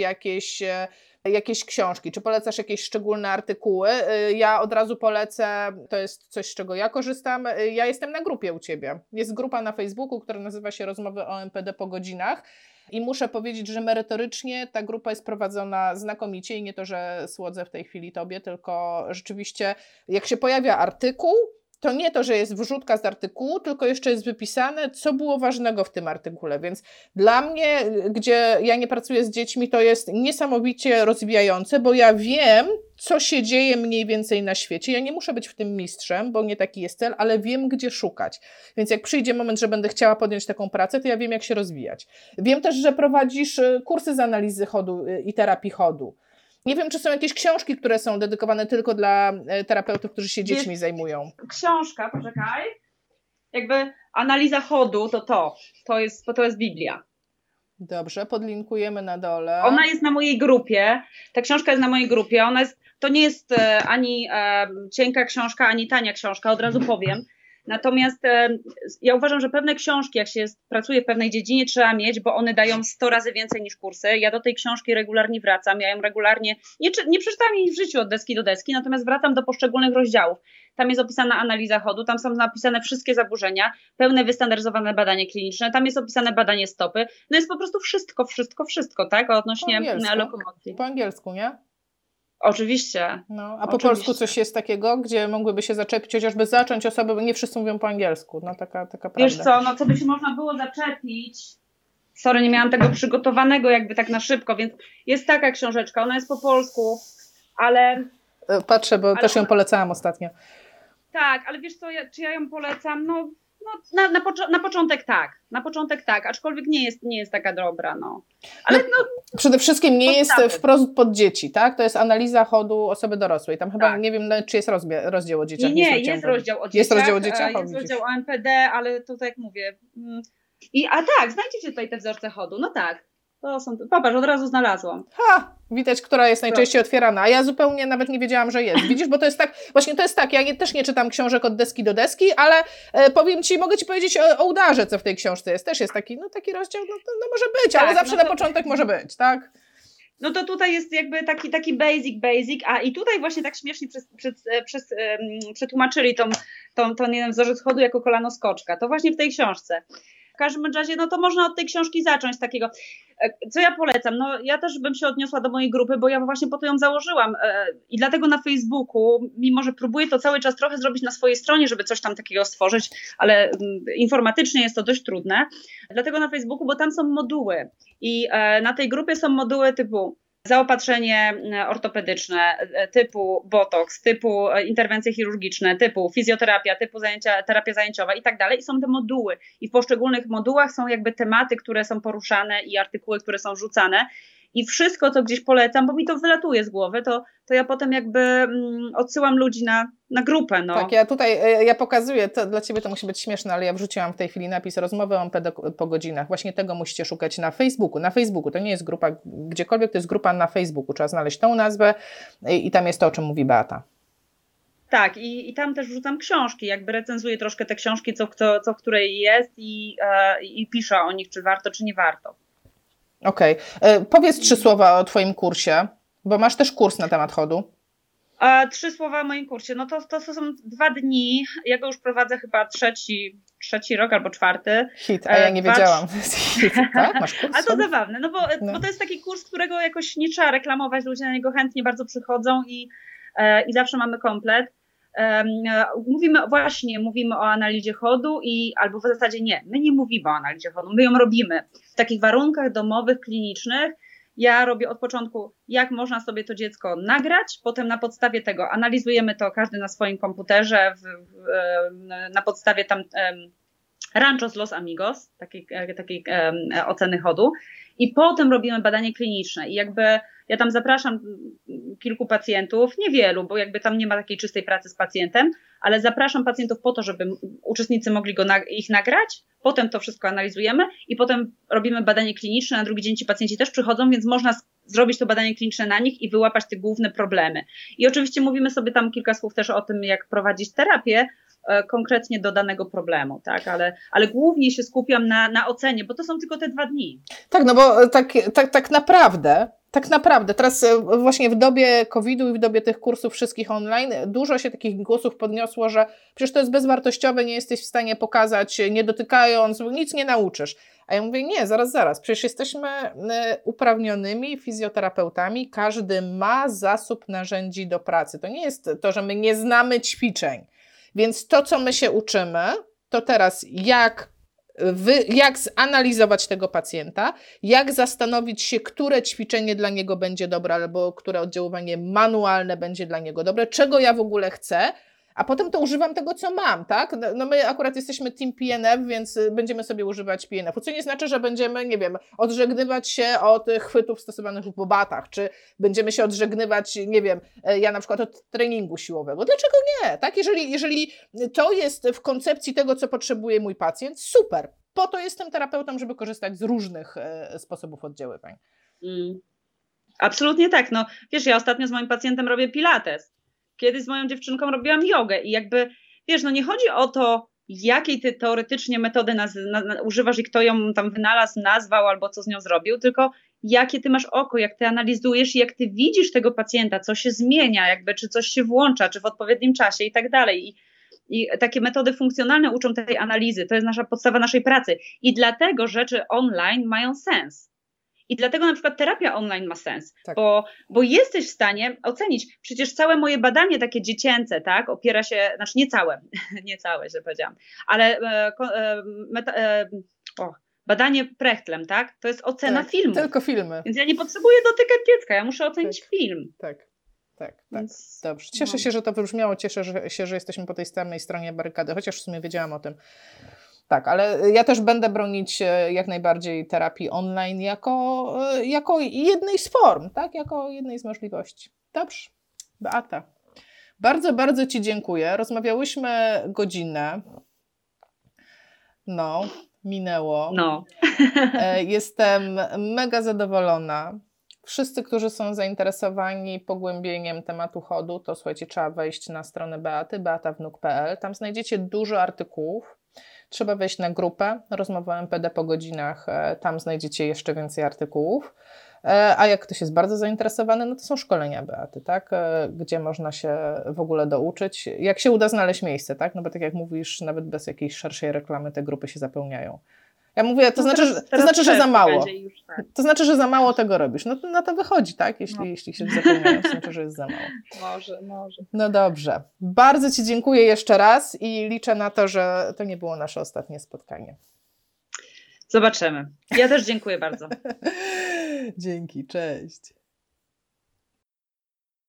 jakieś książki, czy polecasz jakieś szczególne artykuły. Ja od razu polecę, to jest coś, z czego ja korzystam. Ja jestem na grupie u Ciebie. Jest grupa na Facebooku, która nazywa się Rozmowy o MPD po godzinach i muszę powiedzieć, że merytorycznie ta grupa jest prowadzona znakomicie i nie to, że słodzę w tej chwili Tobie, tylko rzeczywiście jak się pojawia artykuł, to nie to, że jest wrzutka z artykułu, tylko jeszcze jest wypisane, co było ważnego w tym artykule, więc dla mnie, gdzie ja nie pracuję z dziećmi, to jest niesamowicie rozwijające, bo ja wiem, co się dzieje mniej więcej na świecie. Ja nie muszę być w tym mistrzem, bo nie taki jest cel, ale wiem, gdzie szukać. Więc jak przyjdzie moment, że będę chciała podjąć taką pracę, to ja wiem, jak się rozwijać. Wiem też, że prowadzisz kursy z analizy chodu i terapii chodu. Nie wiem, czy są jakieś książki, które są dedykowane tylko dla terapeutów, którzy się dziećmi zajmują. Książka, poczekaj. Jakby analiza chodu to jest Biblia. Dobrze, podlinkujemy na dole. Ona jest na mojej grupie. Ta książka jest na mojej grupie. To nie jest ani cienka książka, ani tania książka, od razu powiem. Natomiast ja uważam, że pewne książki, jak się pracuje w pewnej dziedzinie, trzeba mieć, bo one dają 100 razy więcej niż kursy. Ja do tej książki regularnie wracam, ja ją regularnie, nie przeczytałam jej w życiu od deski do deski, natomiast wracam do poszczególnych rozdziałów. Tam jest opisana analiza chodu, tam są napisane wszystkie zaburzenia, pełne wystandaryzowane badanie kliniczne, tam jest opisane badanie stopy. No jest po prostu wszystko, tak? Odnośnie lokomocji. Po angielsku, nie? Oczywiście. No, a po polsku coś jest takiego, gdzie mogłyby się zaczepić, chociażby zacząć osoby, bo nie wszyscy mówią po angielsku. No taka prawda. Wiesz co, co by się można było zaczepić? Sorry, nie miałam tego przygotowanego jakby tak na szybko, więc jest taka książeczka, ona jest po polsku, ale... Patrzę, bo też ją polecałam ostatnio. Tak, ale wiesz co, czy ja ją polecam? No No, na początek tak, aczkolwiek nie jest taka dobra, no. Ale przede wszystkim nie jest wprost pod dzieci, tak? To jest analiza chodu osoby dorosłej. Tam chyba, nie wiem, czy jest rozdział o dzieciach. Nie, jest rozdział o dzieciach. Jest rozdział o dzieciach? Jest rozdział o NPD, ale to tak jak mówię. Znajdziecie tutaj te wzorce chodu, no tak. To są, popatrz, od razu znalazłam. Widać, która jest najczęściej otwierana, a ja zupełnie nawet nie wiedziałam, że jest. Widzisz, bo to jest tak, właśnie to jest tak, ja też nie czytam książek od deski do deski, ale powiem Ci, mogę Ci powiedzieć o udarze, co w tej książce jest. Też jest taki rozdział, no może być, ale zawsze na początek może być, tak? No to tutaj jest jakby taki basic, i tutaj właśnie tak śmiesznie przetłumaczyli ten jeden wzorzec chodu jako kolanoskoczka. To właśnie w tej książce. W każdym razie, no to można od tej książki zacząć takiego. Co ja polecam? No ja też bym się odniosła do mojej grupy, bo ja właśnie po to ją założyłam i dlatego na Facebooku, mimo że próbuję to cały czas trochę zrobić na swojej stronie, żeby coś tam takiego stworzyć, ale informatycznie jest to dość trudne, dlatego na Facebooku, bo tam są moduły i na tej grupie są moduły typu zaopatrzenie ortopedyczne, typu botoks, typu interwencje chirurgiczne, typu fizjoterapia, typu terapia zajęciowa i tak dalej. I są te moduły. I w poszczególnych modułach są jakby tematy, które są poruszane i artykuły, które są rzucane. I wszystko, co gdzieś polecam, bo mi to wylatuje z głowy, to ja potem jakby odsyłam ludzi na grupę. No. Tak, ja pokazuję, to dla Ciebie to musi być śmieszne, ale ja wrzuciłam w tej chwili napis rozmowy o MPD po godzinach. Właśnie tego musicie szukać na Facebooku. Na Facebooku to nie jest grupa gdziekolwiek, to jest grupa na Facebooku. Trzeba znaleźć tą nazwę i tam jest to, o czym mówi Beata. Tak, i tam też wrzucam książki, jakby recenzuję troszkę te książki, co w której jest i piszę o nich, czy warto, czy nie warto. Okej. Powiedz 3 słowa o Twoim kursie, bo masz też kurs na temat chodu. 3 słowa o moim kursie. No to są 2 dni. Ja go już prowadzę chyba trzeci rok albo 4. Hit, a ja nie wiedziałam. Hit, tak? Masz kurs? Ale to zabawne, bo to jest taki kurs, którego jakoś nie trzeba reklamować. Ludzie na niego chętnie bardzo przychodzą i zawsze mamy komplet. Mówimy o analizie chodu albo w zasadzie my nie mówimy o analizie chodu, my ją robimy w takich warunkach domowych, klinicznych. Ja robię od początku, jak można sobie to dziecko nagrać, potem na podstawie tego analizujemy to każdy na swoim komputerze, na podstawie tam Ranchos Los Amigos, takiej oceny chodu i potem robimy badanie kliniczne i jakby ja tam zapraszam kilku pacjentów, niewielu, bo jakby tam nie ma takiej czystej pracy z pacjentem, ale zapraszam pacjentów po to, żeby uczestnicy mogli ich nagrać, potem to wszystko analizujemy i potem robimy badanie kliniczne, na drugi dzień ci pacjenci też przychodzą, więc można zrobić to badanie kliniczne na nich i wyłapać te główne problemy. I oczywiście mówimy sobie tam kilka słów też o tym, jak prowadzić terapię, konkretnie do danego problemu, tak? Ale głównie się skupiam na ocenie, bo to są tylko te 2 dni. Tak, no bo tak naprawdę, teraz właśnie w dobie COVID-u i w dobie tych kursów wszystkich online dużo się takich głosów podniosło, że przecież to jest bezwartościowe, nie jesteś w stanie pokazać, nie dotykając, nic nie nauczysz. A ja mówię, nie, zaraz, przecież jesteśmy uprawnionymi fizjoterapeutami, każdy ma zasób narzędzi do pracy. To nie jest to, że my nie znamy ćwiczeń. Więc to, co my się uczymy, to teraz jak zanalizować tego pacjenta, jak zastanowić się, które ćwiczenie dla niego będzie dobre, albo które oddziaływanie manualne będzie dla niego dobre, czego ja w ogóle chcę, a potem to używam tego, co mam, tak? No my akurat jesteśmy team PNF, więc będziemy sobie używać PNF-u, co nie znaczy, że będziemy, nie wiem, odżegnywać się od chwytów stosowanych w bobatach, czy będziemy się odżegnywać, nie wiem, ja na przykład od treningu siłowego. Dlaczego nie? Tak? Jeżeli to jest w koncepcji tego, co potrzebuje mój pacjent, super. Po to jestem terapeutą, żeby korzystać z różnych sposobów oddziaływań. Absolutnie tak. No, wiesz, ja ostatnio z moim pacjentem robię pilates. Kiedyś z moją dziewczynką robiłam jogę i jakby, wiesz, no nie chodzi o to, jakiej ty teoretycznie metody używasz i kto ją tam wynalazł, nazwał albo co z nią zrobił, tylko jakie ty masz oko, jak ty analizujesz i jak ty widzisz tego pacjenta, co się zmienia, jakby czy coś się włącza, czy w odpowiednim czasie i tak dalej. I takie metody funkcjonalne uczą tej analizy, to jest nasza podstawa naszej pracy i dlatego rzeczy online mają sens. I dlatego na przykład terapia online ma sens, tak. bo jesteś w stanie ocenić, przecież całe moje badanie takie dziecięce, tak, opiera się, znaczy nie całe, źle powiedziałam, ale badanie Prechtlem, tak, to jest ocena filmu. Tylko filmy. Więc ja nie potrzebuję dotykać dziecka, ja muszę ocenić film. Tak. Więc, Dobrze. Cieszę się, że to wybrzmiało, cieszę się, że jesteśmy po tej samej stronie barykady, chociaż w sumie wiedziałam o tym. Tak, ale ja też będę bronić jak najbardziej terapii online jako jednej z form, tak? Jako jednej z możliwości. Dobrze. Beata, bardzo, bardzo Ci dziękuję. Rozmawiałyśmy godzinę. Minęło. Jestem mega zadowolona. Wszyscy, którzy są zainteresowani pogłębieniem tematu chodu, to słuchajcie, trzeba wejść na stronę Beaty, beatawnuk.pl. Tam znajdziecie dużo artykułów. Trzeba wejść na grupę Rozmowa MPD po godzinach. Tam znajdziecie jeszcze więcej artykułów. A jak ktoś jest bardzo zainteresowany, no to są szkolenia Beaty, tak? Gdzie można się w ogóle douczyć. Jak się uda znaleźć miejsce, tak? No bo tak jak mówisz, nawet bez jakiejś szerszej reklamy te grupy się zapełniają. Ja mówię, to znaczy, że za mało. To znaczy, że za mało tego robisz. No to na to wychodzi, tak? Jeśli się zapełniają, to znaczy, że jest za mało. Może. No dobrze. Bardzo Ci dziękuję jeszcze raz i liczę na to, że to nie było nasze ostatnie spotkanie. Zobaczymy. Ja też dziękuję bardzo. Dzięki, cześć.